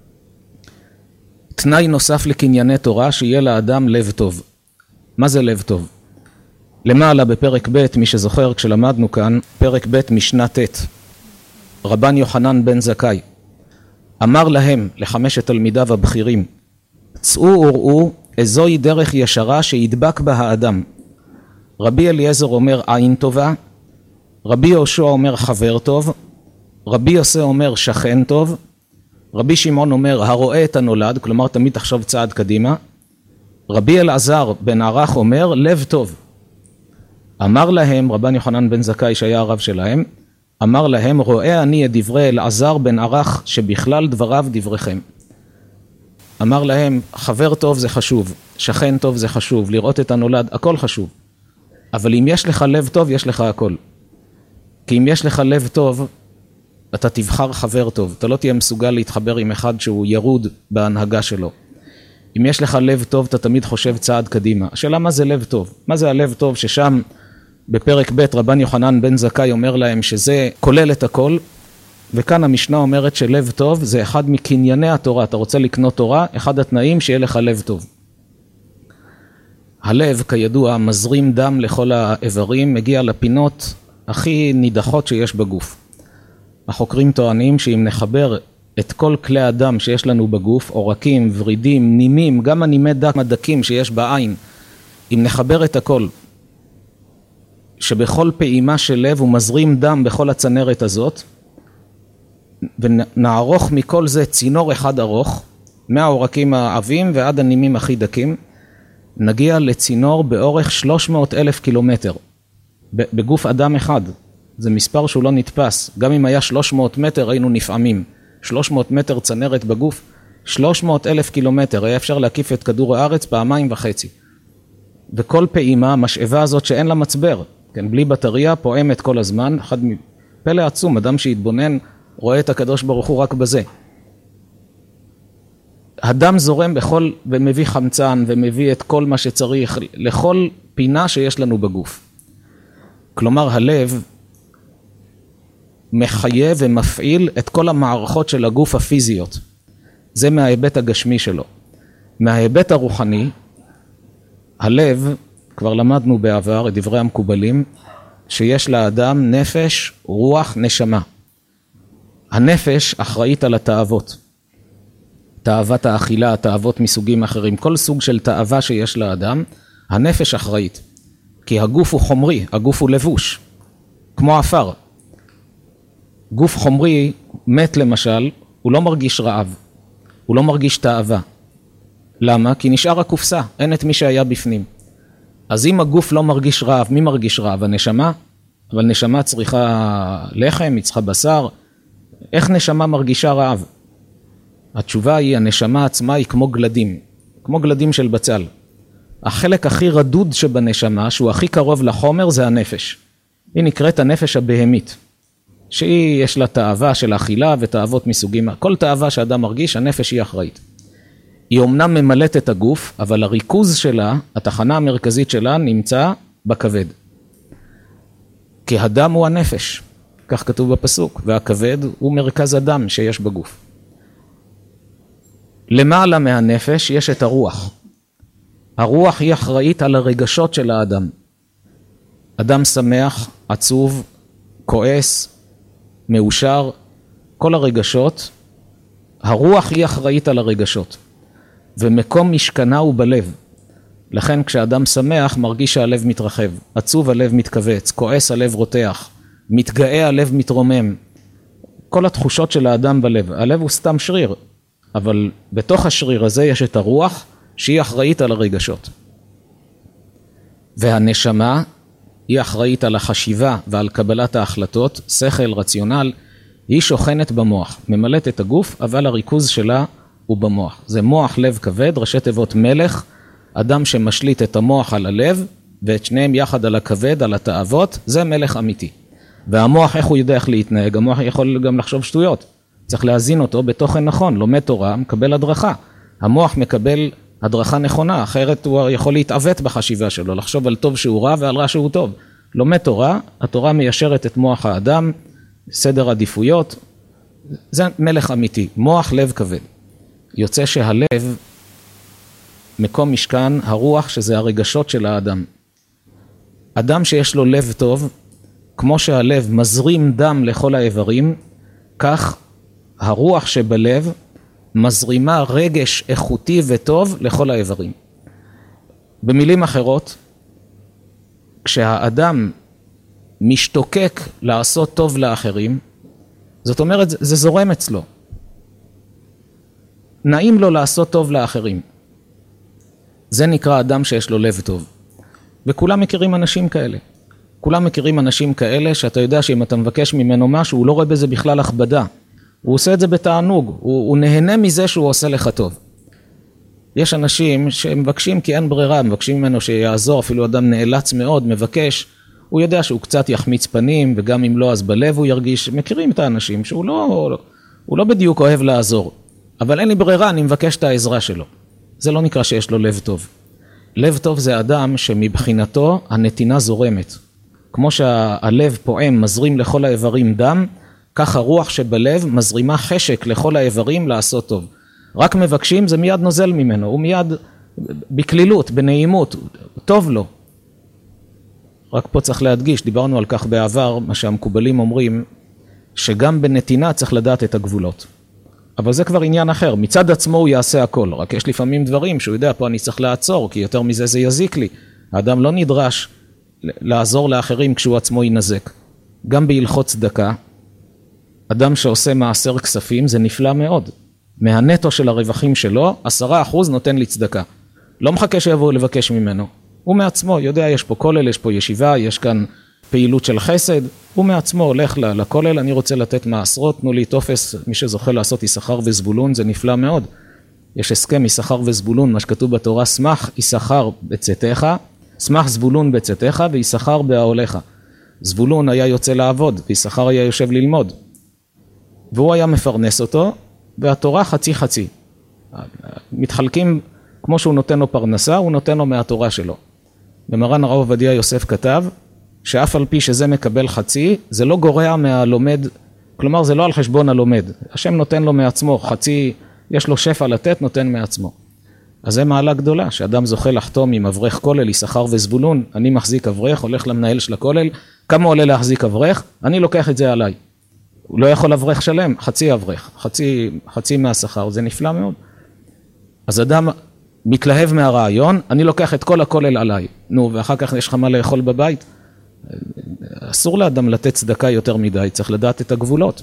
S1: תנאי נוסף לקנייני תורה, שיהיה לאדם לב טוב. מה זה לב טוב? למעלה בפרק ב', מי שזוכר כשלמדנו כאן, פרק ב' משנה ט', רבן יוחנן בן זכאי, אמר להם, לחמשת תלמידיו הבכירים, צאו וראו, איזוהי דרך ישרה שידבק בה האדם. רבי אליעזר אומר עין טובה, רבי יהושע אומר חבר טוב, רבי יוסי אומר שכן טוב, רבי שמעון אומר הרואה את הנולד, כלומר תמיד תחשוב צעד קדימה, רבי אלעזר בן ערך אומר לב טוב. אמר להם, רבן יוחנן בן זכאי שהיה הרב שלהם, אמר להם, רואה אני את דברי אלעזר בן ערך שבכלל דבריו דבריכם. אמר להם, חבר טוב זה חשוב, שכן טוב זה חשוב, לראות את הנולד, הכל חשוב. אבל אם יש לך לב טוב, יש לך הכל. כי אם יש לך לב טוב, אתה תבחר חבר טוב. אתה לא תהיה מסוגל להתחבר עם אחד שהוא ירוד בהנהגה שלו. אם יש לך לב טוב, אתה תמיד חושב צעד קדימה. השאלה מה זה לב טוב? מה זה הלב טוב ששם בפרק ב' רבן יוחנן בן זכאי אומר להם שזה כולל את הכל, וכאן המשנה אומרת שלב טוב זה אחד מקנייני התורה. אתה רוצה לקנות תורה, אחד התנאים שיהיה לך לב טוב. הלב כידוע מזרים דם לכל האיברים, מגיע לפינות הכי נידחות שיש בגוף. החוקרים טוענים שאם נחבר את כל כלי הדם שיש לנו בגוף, עורקים, ורידים, נימים, גם הנימי דק מדקים שיש בעין, אם נחבר את הכל, שבכל פעימה של לב הוא מזרים דם בכל הצנרת הזאת, ונערוך מכל זה צינור אחד ארוך, מהעורקים העבים ועד הנימים הכי דקים, נגיע לצינור באורך שלוש מאות אלף קילומטר, בגוף אדם אחד. זה מספר שהוא לא נתפס, גם אם היה שלוש מאות מטר היינו נפעמים, שלוש מאות מטר צנרת בגוף, שלוש מאות אלף קילומטר, היה אפשר להקיף את כדור הארץ פעמיים וחצי. וכל פעימה, המשאבה הזאת שאין לה מצבר, כן, בלי בטריה, פועמת כל הזמן, אחד מפלא עצום, אדם שהתבונן, רואה את הקדוש ברוך הוא רק בזה. הדם זורם בכל, ומביא חמצן, ומביא את כל מה שצריך, לכל פינה שיש לנו בגוף. כלומר, הלב מחייב ומפעיל את כל המערכות של הגוף הפיזיות. זה מההיבט הגשמי שלו. מההיבט הרוחני, הלב, כבר למדנו בעבר את דברי המקובלים, שיש לאדם נפש, רוח, נשמה. הנפש אחראית על התאוות. תאוות האכילה, תאוות מסוגים אחרים, כל סוג של תאווה שיש לאדם, הנפש אחראית. כי הגוף הוא חומרי, הגוף הוא לבוש, כמו אפר. גוף חומרי, מת למשל, הוא לא מרגיש רעב, הוא לא מרגיש תאווה. למה? כי נשאר הקופסה, אין את מי שהיה בפנים. אז אם הגוף לא מרגיש רעב, מי מרגיש רעב? הנשמה? אבל נשמה צריכה לחם, היא צריכה בשר. איך נשמה מרגישה רעב? התשובה היא, הנשמה עצמה היא כמו גלדים, כמו גלדים של בצל. החלק הכי רדוד שבנשמה, שהוא הכי קרוב לחומר, זה הנפש. היא נקראת הנפש הבהמית, שהיא יש לה תאווה של אכילה ותאוות מסוגים, כל תאווה שאדם מרגיש, הנפש היא אחראית. היא אומנם ממלאת את הגוף, אבל הריכוז שלה, התחנה המרכזית שלה, נמצא בכבד. כי הדם הוא הנפש, כך כתוב בפסוק, והכבד הוא מרכז הדם שיש בגוף. למעלה מהנפש יש את הרוח. הרוח היא אחראית על הרגשות של האדם. אדם שמח, עצוב, כועס, מאושר, כל הרגשות, הרוח היא אחראית על הרגשות. ומקום משכנה הוא בלב. לכן כשאדם שמח מרגיש שהלב מתרחב, עצוב הלב מתכווץ, כועס הלב רותח, מתגאה הלב מתרומם. כל התחושות של האדם בלב, הלב הוא סתם שריר, אבל בתוך השריר הזה יש את הרוח שהיא אחראית על הרגשות. והנשמה היא אחראית על החשיבה ועל קבלת ההחלטות, שכל, רציונל, היא שוכנת במוח, ממלאת את הגוף, אבל הריכוז שלה הוא במוח. זה מוח לב כבד, ראשי תיבות מלך, אדם שמשליט את המוח על הלב, ואת שניהם יחד על הכבד, על התאוות, זה מלך אמיתי. והמוח, איך הוא יודע איך להתנהג? המוח יכול גם לחשוב שטויות. צריך להזין אותו בתוכן נכון, לומד תורה, מקבל הדרכה. המוח מקבל הדרכה נכונה, אחרת הוא יכול להתעוות בחשיבה שלו, לחשוב על טוב שהוא רע ועל רע שהוא טוב. לומד תורה, התורה מיישרת את מוח האדם, סדר עדיפויות, זה מלך אמיתי, מוח לב כבד. יוצא שהלב, מקום משכן, הרוח שזה הרגשות של האדם. אדם שיש לו לב טוב, כמו שהלב מזרים דם לכל האיברים, כך הרוח שבלב מזרימה רגש איכותי וטוב לכל האיברים. במילים אחרות, כשהאדם משתוקק לעשות טוב לאחרים, זאת אומרת, זה זורם אצלו. נעים לו לעשות טוב לאחרים. זה נקרא אדם שיש לו לב טוב. וכולם מכירים אנשים כאלה. כולם מכירים אנשים כאלה שאתה יודע שאם אתה מבקש ממנו משהו, הוא לא רואה בזה בכלל הכבדה. הוא עושה את זה בתענוג, הוא, הוא נהנה מזה שהוא עושה לך טוב. יש אנשים שמבקשים כי אין ברירה, מבקשים ממנו שיעזור, אפילו אדם נאלץ מאוד, מבקש, הוא יודע שהוא קצת יחמיץ פנים, וגם אם לא אז בלב הוא ירגיש, מכירים את האנשים שהוא לא, הוא לא בדיוק אוהב לעזור, אבל אין לי ברירה, אני מבקש את העזרה שלו. זה לא נקרא שיש לו לב טוב. לב טוב זה אדם שמבחינתו הנתינה זורמת. כמו שהלב פועם, מזרים לכל האיברים דם, כך הרוח שבלב מזרימה חשק לכל האיברים לעשות טוב. רק מבקשים זה מיד נוזל ממנו, הוא מיד בכלילות, בנעימות, טוב לו. רק פה צריך להדגיש, דיברנו על כך בעבר, מה שהמקובלים אומרים, שגם בנתינה צריך לדעת את הגבולות. אבל זה כבר עניין אחר, מצד עצמו הוא יעשה הכל, רק יש לפעמים דברים שהוא יודע, פה אני צריך לעצור, כי יותר מזה זה יזיק לי. האדם לא נדרש לעזור לאחרים כשהוא עצמו ינזק. גם בהלכות צדקה, אדם שעושה מעשר כספים זה נפלא מאוד. מהנטו של הרווחים שלו, עשרה אחוז נותן לצדקה. לא מחכה שיבואו לבקש ממנו. הוא מעצמו, יודע, יש פה כולל, יש פה ישיבה, יש כאן פעילות של חסד. הוא מעצמו הולך לכולל, אני רוצה לתת מעשרות, תנו לי תופס, מי שזוכה לעשות יששכר וזבולון, זה נפלא מאוד. יש הסכם יששכר וזבולון, מה שכתוב בתורה, שמח יששכר בצאתך, שמח זבולון בצאתך ויששכר באהליך. זבולון היה יוצא לעבוד, ויששכר היה יושב ללמוד. והוא היה מפרנס אותו, והתורה חצי חצי. מתחלקים, כמו שהוא נותן לו פרנסה, הוא נותן לו מהתורה שלו. במרן הרב עובדיה יוסף כתב, שאף על פי שזה מקבל חצי, זה לא גורע מהלומד, כלומר זה לא על חשבון הלומד. השם נותן לו מעצמו, חצי, יש לו שפע לתת, נותן מעצמו. אז זה מעלה גדולה, שאדם זוכה לחתום עם אברך כולל, יששכר וזבולון, אני מחזיק אברך, הולך למנהל של הכולל, כמה עולה להחזיק אברך? אני לוקח את זה עליי. הוא לא יכול אברך שלם, חצי אברך, חצי, חצי מהשכר, זה נפלא מאוד. אז אדם מתלהב מהרעיון, אני לוקח את כל הכולל עליי. נו, ואחר כך יש לך מה לאכול בבית. אסור לאדם לתת צדקה יותר מדי, צריך לדעת את הגבולות.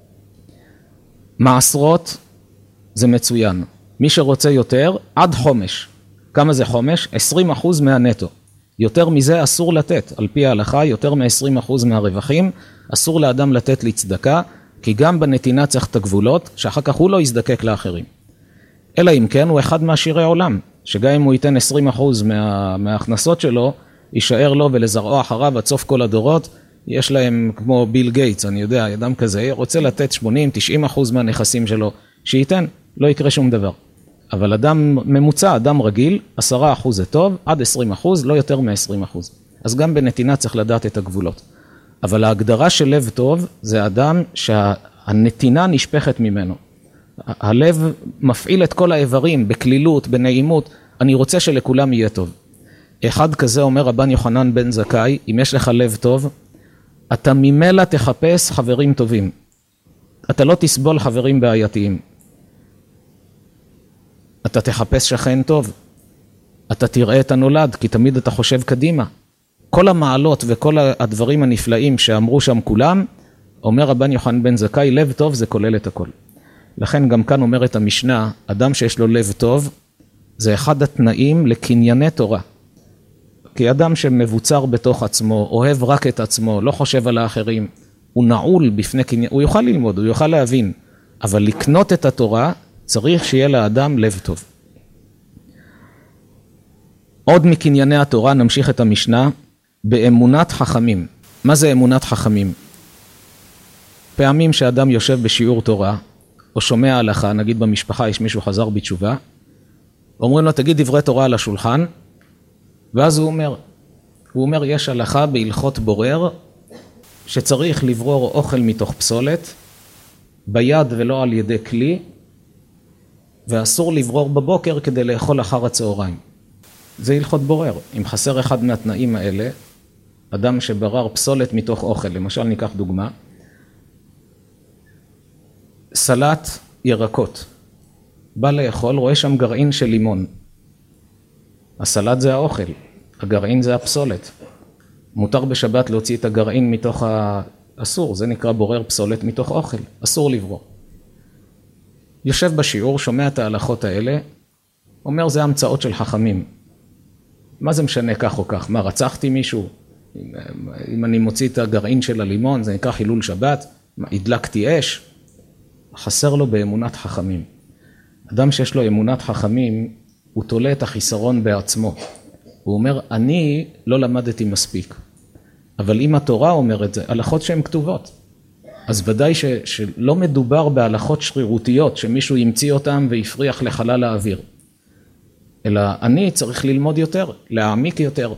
S1: מעשרות זה מצוין. מי שרוצה יותר, עד חומש. כמה זה חומש? עשרים אחוז מהנטו. יותר מזה אסור לתת, על פי ההלכה, יותר מ-עשרים אחוז מהרווחים, אסור לאדם לתת לצדקה, כי גם בנתינה צריך את הגבולות, שאחר כך הוא לא יזדקק לאחרים. אלא אם כן, הוא אחד מהשירי העולם, שגם אם הוא ייתן עשרים אחוז מה, מההכנסות שלו, יישאר לו ולזרעו אחריו עד סוף כל הדורות, יש להם כמו ביל גייטס, אני יודע, אדם כזה, רוצה לתת שמונים תשעים אחוז מהנכסים שלו, שייתן, לא יקרה שום דבר. אבל אדם ממוצע, אדם רגיל, עשרה אחוז זה טוב, עד עשרים אחוז, לא יותר מ-עשרים אחוז. אז גם בנתינה צריך לדעת את הגבולות. אבל ההגדרה של לב טוב, זה אדם שהנתינה נשפכת ממנו. הלב מפעיל את כל האיברים, בכלילות, בנעימות, אני רוצה שלכולם יהיה טוב. אחד כזה אומר רבן יוחנן בן זכאי, אם יש לך לב טוב, אתה ממילא תחפש חברים טובים. אתה לא תסבול חברים בעייתיים. אתה תחפש שכן טוב. אתה תראה את הנולד, כי תמיד אתה חושב קדימה. כל המעלות וכל הדברים הנפלאים שאמרו שם כולם, אומר רבן יוחנן בן זכאי, לב טוב זה כולל את הכל. לכן גם כאן אומרת המשנה, אדם שיש לו לב טוב, זה אחד התנאים לקנייני תורה. כי אדם שמבוצר בתוך עצמו, אוהב רק את עצמו, לא חושב על האחרים, הוא נעול בפני קניין, הוא יוכל ללמוד, הוא יוכל להבין, אבל לקנות את התורה, צריך שיהיה לאדם לב טוב. עוד מקנייני התורה נמשיך את המשנה, באמונת חכמים. מה זה אמונת חכמים? פעמים שאדם יושב בשיעור תורה, או שומע הלכה, נגיד במשפחה יש מישהו חזר בתשובה, אומרים לו תגיד דברי תורה על השולחן, ואז הוא אומר, הוא אומר יש הלכה בהלכות בורר, שצריך לברור אוכל מתוך פסולת, ביד ולא על ידי כלי, ואסור לברור בבוקר כדי לאכול אחר הצהריים. זה הלכות בורר. אם חסר אחד מהתנאים האלה, אדם שברר פסולת מתוך אוכל, למשל ניקח דוגמה, סלט ירקות, בא לאכול, רואה שם גרעין של לימון. הסלט זה האוכל, הגרעין זה הפסולת. מותר בשבת להוציא את הגרעין מתוך האסור, זה נקרא בורר פסולת מתוך אוכל, אסור לברור. יושב בשיעור, שומע את ההלכות האלה, אומר זה המצאות של חכמים. מה זה משנה כך או כך? מה, רצחתי מישהו? אם אני מוציא את הגרעין של הלימון, זה נקרא חילול שבת? מה, הדלקתי אש? חסר לו באמונת חכמים. אדם שיש לו אמונת חכמים, הוא תולה את החיסרון בעצמו. הוא אומר, אני לא למדתי מספיק. אבל אם התורה אומרת זה, הלכות שהן כתובות. אז ודאי ש, שלא מדובר בהלכות שרירותיות, שמישהו ימציא אותם ויפריח לחלל האוויר. אלא אני צריך ללמוד יותר, להעמיק יותר.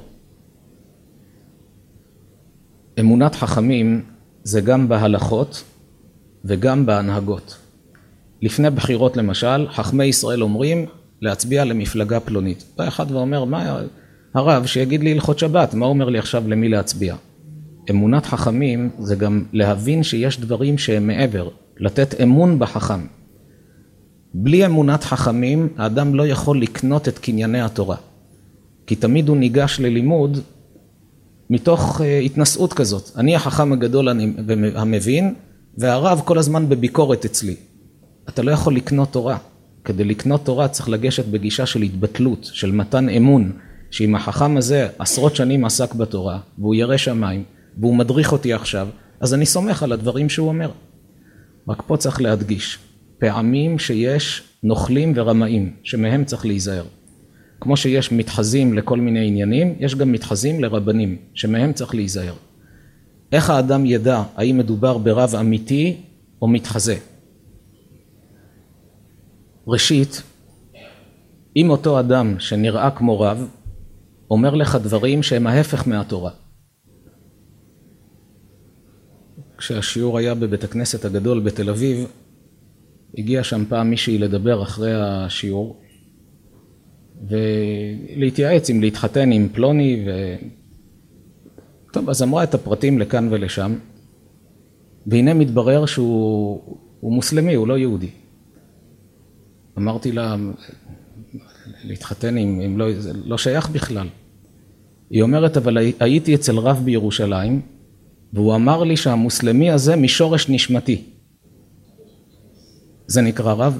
S1: אמונת חכמים זה גם בהלכות וגם בהנהגות. לפני בחירות למשל, חכמי ישראל אומרים להצביע למפלגה פלונית. בא אחד ואומר, מה הרב שיגיד לי הלכות שבת, מה אומר לי עכשיו למי להצביע? אמונת חכמים זה גם להבין שיש דברים שהם מעבר, לתת אמון בחכם. בלי אמונת חכמים, האדם לא יכול לקנות את קנייני התורה. כי תמיד הוא ניגש ללימוד מתוך התנסות כזאת. אני החכם הגדול המבין, והרב כל הזמן בביקורת אצלי. אתה לא יכול לקנות תורה. כדי לקנות תורה צריך לגשת בגישה של התבטלות, של מתן אמון, שאם החכם הזה עשרות שנים עסק בתורה, והוא ירא שמיים, והוא מדריך אותי עכשיו, אז אני סומך על הדברים שהוא אומר. רק פה צריך להדגיש, פעמים שיש נוכלים ורמאים, שמהם צריך להיזהר. כמו שיש מתחזים לכל מיני עניינים, יש גם מתחזים לרבנים, שמהם צריך להיזהר. איך האדם ידע האם מדובר ברב אמיתי או מתחזה? ראשית, אם אותו אדם שנראה כמו רב, אומר לך דברים שהם ההפך מהתורה. כשהשיעור היה בבית הכנסת הגדול בתל אביב, הגיע שם פעם מישהי לדבר אחרי השיעור, ולהתייעץ אם להתחתן עם פלוני, ו... טוב, אז אמרה את הפרטים לכאן ולשם, והנה מתברר שהוא הוא מוסלמי, הוא לא יהודי. אמרתי לה, להתחתן עם, עם לא, זה לא שייך בכלל. היא אומרת, אבל הייתי אצל רב בירושלים, והוא אמר לי שהמוסלמי הזה משורש נשמתי. זה נקרא רב?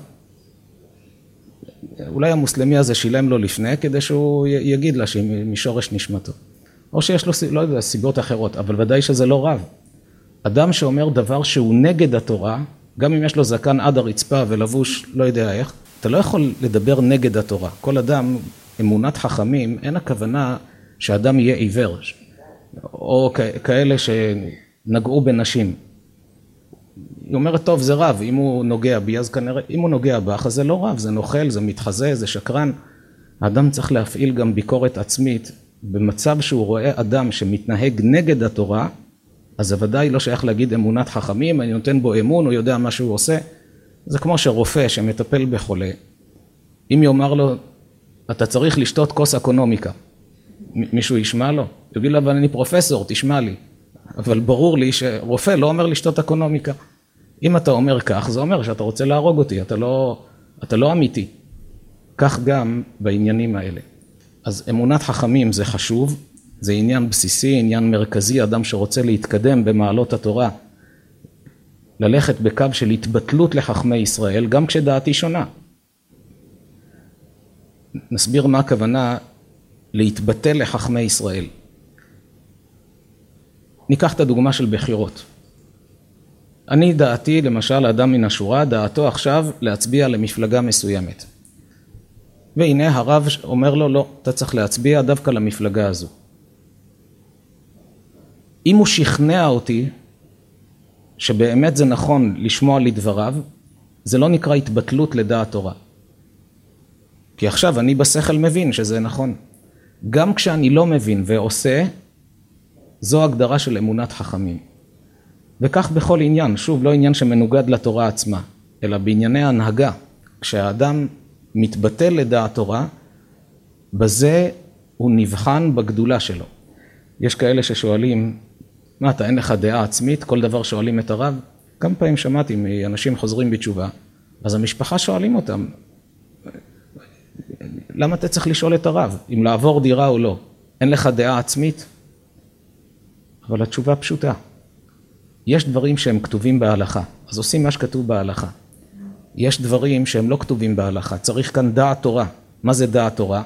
S1: אולי המוסלמי הזה שילם לו לפני, כדי שהוא יגיד לה שמשורש נשמתו. או שיש לו, לא יודע, סיבות אחרות, אבל ודאי שזה לא רב. אדם שאומר דבר שהוא נגד התורה, גם אם יש לו זקן עד הרצפה ולבוש לא יודע איך, אתה לא יכול לדבר נגד התורה. כל אדם, אמונת חכמים, אין הכוונה שאדם יהיה עיוור. או כאלה שנגעו בנשים. היא אומרת, טוב, זה רב, אם הוא נוגע בי, אז כנראה, אם הוא נוגע בך, אז זה לא רב, זה נוכל, זה מתחזה, זה שקרן. האדם צריך להפעיל גם ביקורת עצמית, במצב שהוא רואה אדם שמתנהג נגד התורה, אז זה ודאי לא שייך להגיד אמונת חכמים, אני נותן בו אמון, הוא יודע מה שהוא עושה. זה כמו שרופא שמטפל בחולה, אם יאמר לו, אתה צריך לשתות כוס אקונומיקה, מישהו ישמע לו? יגיד לו, אבל אני פרופסור, תשמע לי. אבל ברור לי שרופא לא אומר לשתות אקונומיקה. אם אתה אומר כך, זה אומר שאתה רוצה להרוג אותי, אתה לא, אתה לא אמיתי. כך גם בעניינים האלה. אז אמונת חכמים זה חשוב, זה עניין בסיסי, עניין מרכזי, אדם שרוצה להתקדם במעלות התורה, ללכת בקו של התבטלות לחכמי ישראל, גם כשדעתי שונה. נסביר מה הכוונה להתבטל לחכמי ישראל. ניקח את הדוגמה של בחירות. אני דעתי, למשל, אדם מן השורה, דעתו עכשיו להצביע למפלגה מסוימת. והנה הרב אומר לו, לא, אתה צריך להצביע דווקא למפלגה הזו. אם הוא שכנע אותי שבאמת זה נכון לשמוע לדבריו, זה לא נקרא התבטלות לדעת תורה. כי עכשיו אני בשכל מבין שזה נכון. גם כשאני לא מבין ועושה, זו הגדרה של אמונת חכמים. וכך בכל עניין, שוב, לא עניין שמנוגד לתורה עצמה, אלא בענייני ההנהגה. כשהאדם מתבטל לדעת תורה, בזה הוא נבחן בגדולה שלו. יש כאלה ששואלים, מה אתה, אין לך דעה עצמית? כל דבר שואלים את הרב? כמה פעמים שמעתי מאנשים חוזרים בתשובה, אז המשפחה שואלים אותם, למה אתה צריך לשאול את הרב, אם לעבור דירה או לא? אין לך דעה עצמית? אבל התשובה פשוטה. יש דברים שהם כתובים בהלכה, אז עושים מה שכתוב בהלכה. יש דברים שהם לא כתובים בהלכה, צריך כאן דעת תורה. מה זה דעת תורה?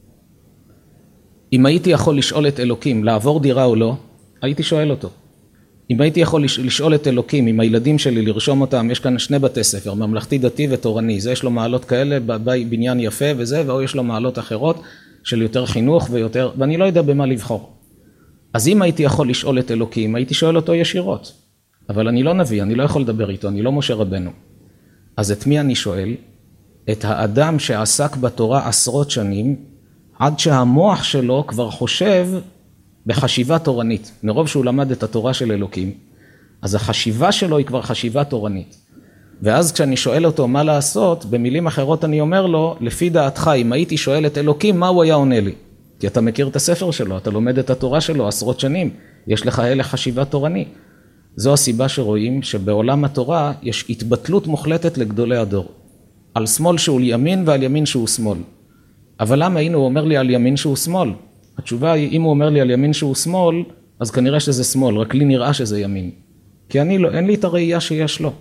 S1: אם הייתי יכול לשאול את אלוקים לעבור דירה או לא, הייתי שואל אותו. אם הייתי יכול לשאול את אלוקים, עם הילדים שלי לרשום אותם, יש כאן שני בתי ספר, ממלכתי דתי ותורני, זה יש לו מעלות כאלה, בניין יפה וזה, והוא יש לו מעלות אחרות של יותר חינוך ויותר, ואני לא יודע במה לבחור. אז אם הייתי יכול לשאול את אלוקים, הייתי שואל אותו ישירות. אבל אני לא נביא, אני לא יכול לדבר איתו, אני לא משה רבנו. אז את מי אני שואל? את האדם שעסק בתורה עשרות שנים, עד שהמוח שלו כבר חושב בחשיבה תורנית. מרוב שהוא למד את התורה של אלוקים, אז החשיבה שלו היא כבר חשיבה תורנית. ואז כשאני שואל אותו מה לעשות, במילים אחרות אני אומר לו, לפי דעתך, אם הייתי שואל את אלוקים, מה הוא היה עונה לי? כי אתה מכיר את הספר שלו, אתה לומד את התורה שלו עשרות שנים, יש לך הלך חשיבה תורני. זו הסיבה שרואים שבעולם התורה יש התבטלות מוחלטת לגדולי הדור. על שמאל שהוא ימין ועל ימין שהוא שמאל. אבל למה הנה הוא אומר לי על ימין שהוא שמאל? התשובה היא, אם הוא אומר לי על ימין שהוא שמאל, אז כנראה שזה שמאל, רק לי נראה שזה ימין. כי אני לא, אין לי את הראייה שיש לו.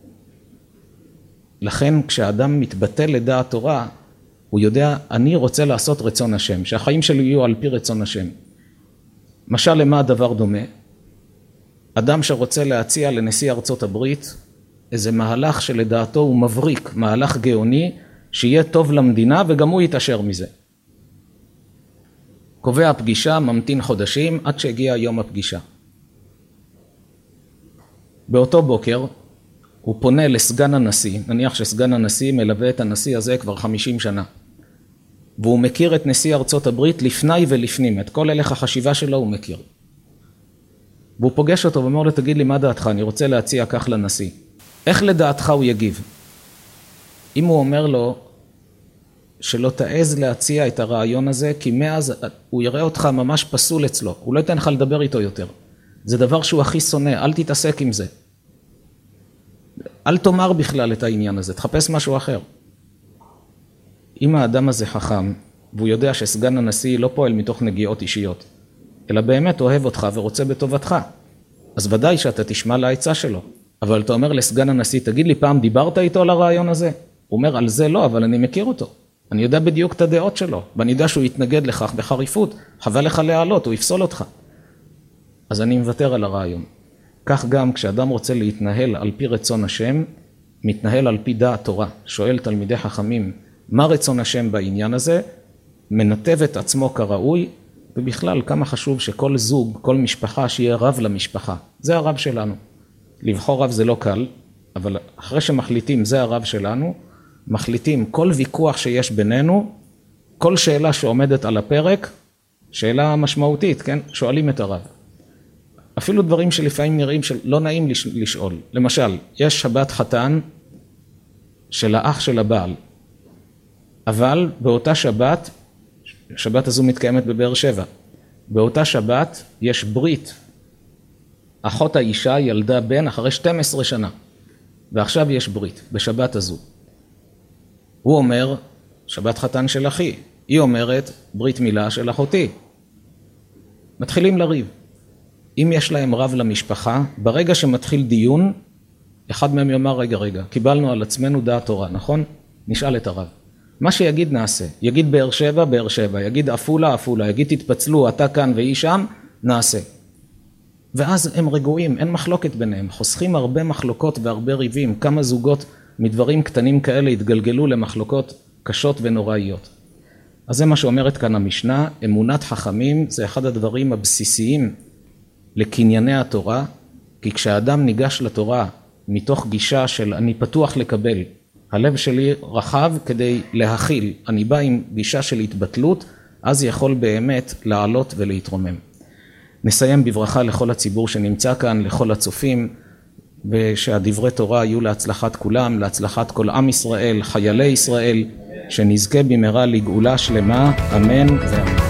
S1: לכן כשאדם מתבטל לדעת תורה, הוא יודע, אני רוצה לעשות רצון השם, שהחיים שלי יהיו על פי רצון השם. משל למה הדבר דומה? אדם שרוצה להציע לנשיא ארצות הברית, איזה מהלך שלדעתו הוא מבריק, מהלך גאוני, שיהיה טוב למדינה וגם הוא יתאשר מזה. קובע פגישה, ממתין חודשים עד שהגיע יום הפגישה. באותו בוקר הוא פונה לסגן הנשיא, נניח שסגן הנשיא מלווה את הנשיא הזה כבר חמישים שנה. והוא מכיר את נשיא ארצות הברית לפני ולפנים, את כל הלך החשיבה שלו הוא מכיר. והוא פוגש אותו ואומר לו, תגיד לי מה דעתך, אני רוצה להציע כך לנשיא. איך לדעתך הוא יגיב? אם הוא אומר לו שלא תעז להציע את הרעיון הזה, כי מאז הוא יראה אותך ממש פסול אצלו, הוא לא ייתן לך לדבר איתו יותר. זה דבר שהוא הכי שונא, אל תתעסק עם זה. אל תאמר בכלל את העניין הזה, תחפש משהו אחר. אם האדם הזה חכם, והוא יודע שסגן הנשיא לא פועל מתוך נגיעות אישיות, אלא באמת אוהב אותך ורוצה בטובתך, אז ודאי שאתה תשמע לעצה שלו. אבל אתה אומר לסגן הנשיא, תגיד לי פעם דיברת איתו על הרעיון הזה? הוא אומר על זה לא, אבל אני מכיר אותו. אני יודע בדיוק את הדעות שלו, ואני יודע שהוא יתנגד לכך בחריפות, חבל לך להעלות, הוא יפסול אותך. אז אני מוותר על הרעיון. כך גם כשאדם רוצה להתנהל על פי רצון השם, מתנהל על פי דעת תורה, שואל תלמידי חכמים, מה רצון השם בעניין הזה? מנתב את עצמו כראוי, ובכלל כמה חשוב שכל זוג, כל משפחה שיהיה רב למשפחה. זה הרב שלנו. לבחור רב זה לא קל, אבל אחרי שמחליטים זה הרב שלנו, מחליטים כל ויכוח שיש בינינו, כל שאלה שעומדת על הפרק, שאלה משמעותית, כן? שואלים את הרב. אפילו דברים שלפעמים נראים שלא נעים לשאול. למשל, יש שבת חתן של האח של הבעל, אבל באותה שבת, שבת הזו מתקיימת בבאר שבע, באותה שבת יש ברית. אחות האישה ילדה בן אחרי שתים עשרה שנה, ועכשיו יש ברית, בשבת הזו. הוא אומר, שבת חתן של אחי, היא אומרת, ברית מילה של אחותי. מתחילים לריב. אם יש להם רב למשפחה, ברגע שמתחיל דיון, אחד מהם יאמר, רגע, רגע, קיבלנו על עצמנו דעת תורה, נכון? נשאל את הרב. מה שיגיד נעשה, יגיד באר שבע, באר שבע, יגיד אפולה, אפולה, יגיד תתפצלו, אתה כאן והיא שם, נעשה. ואז הם רגועים, אין מחלוקת ביניהם, חוסכים הרבה מחלוקות והרבה ריבים, כמה זוגות מדברים קטנים כאלה התגלגלו למחלוקות קשות ונוראיות. אז זה מה שאומרת כאן המשנה, אמונת חכמים זה אחד הדברים הבסיסיים לקנייני התורה, כי כשאדם ניגש לתורה מתוך גישה של אני פתוח לקבל, הלב שלי רחב כדי להכיל, אני בא עם גישה של התבטלות, אז יכול באמת לעלות ולהתרומם. נסיים בברכה לכל הציבור שנמצא כאן, לכל הצופים, ושהדברי תורה יהיו להצלחת כולם, להצלחת כל עם ישראל, חיילי ישראל, שנזכה במהרה לגאולה שלמה, אמן ואמן.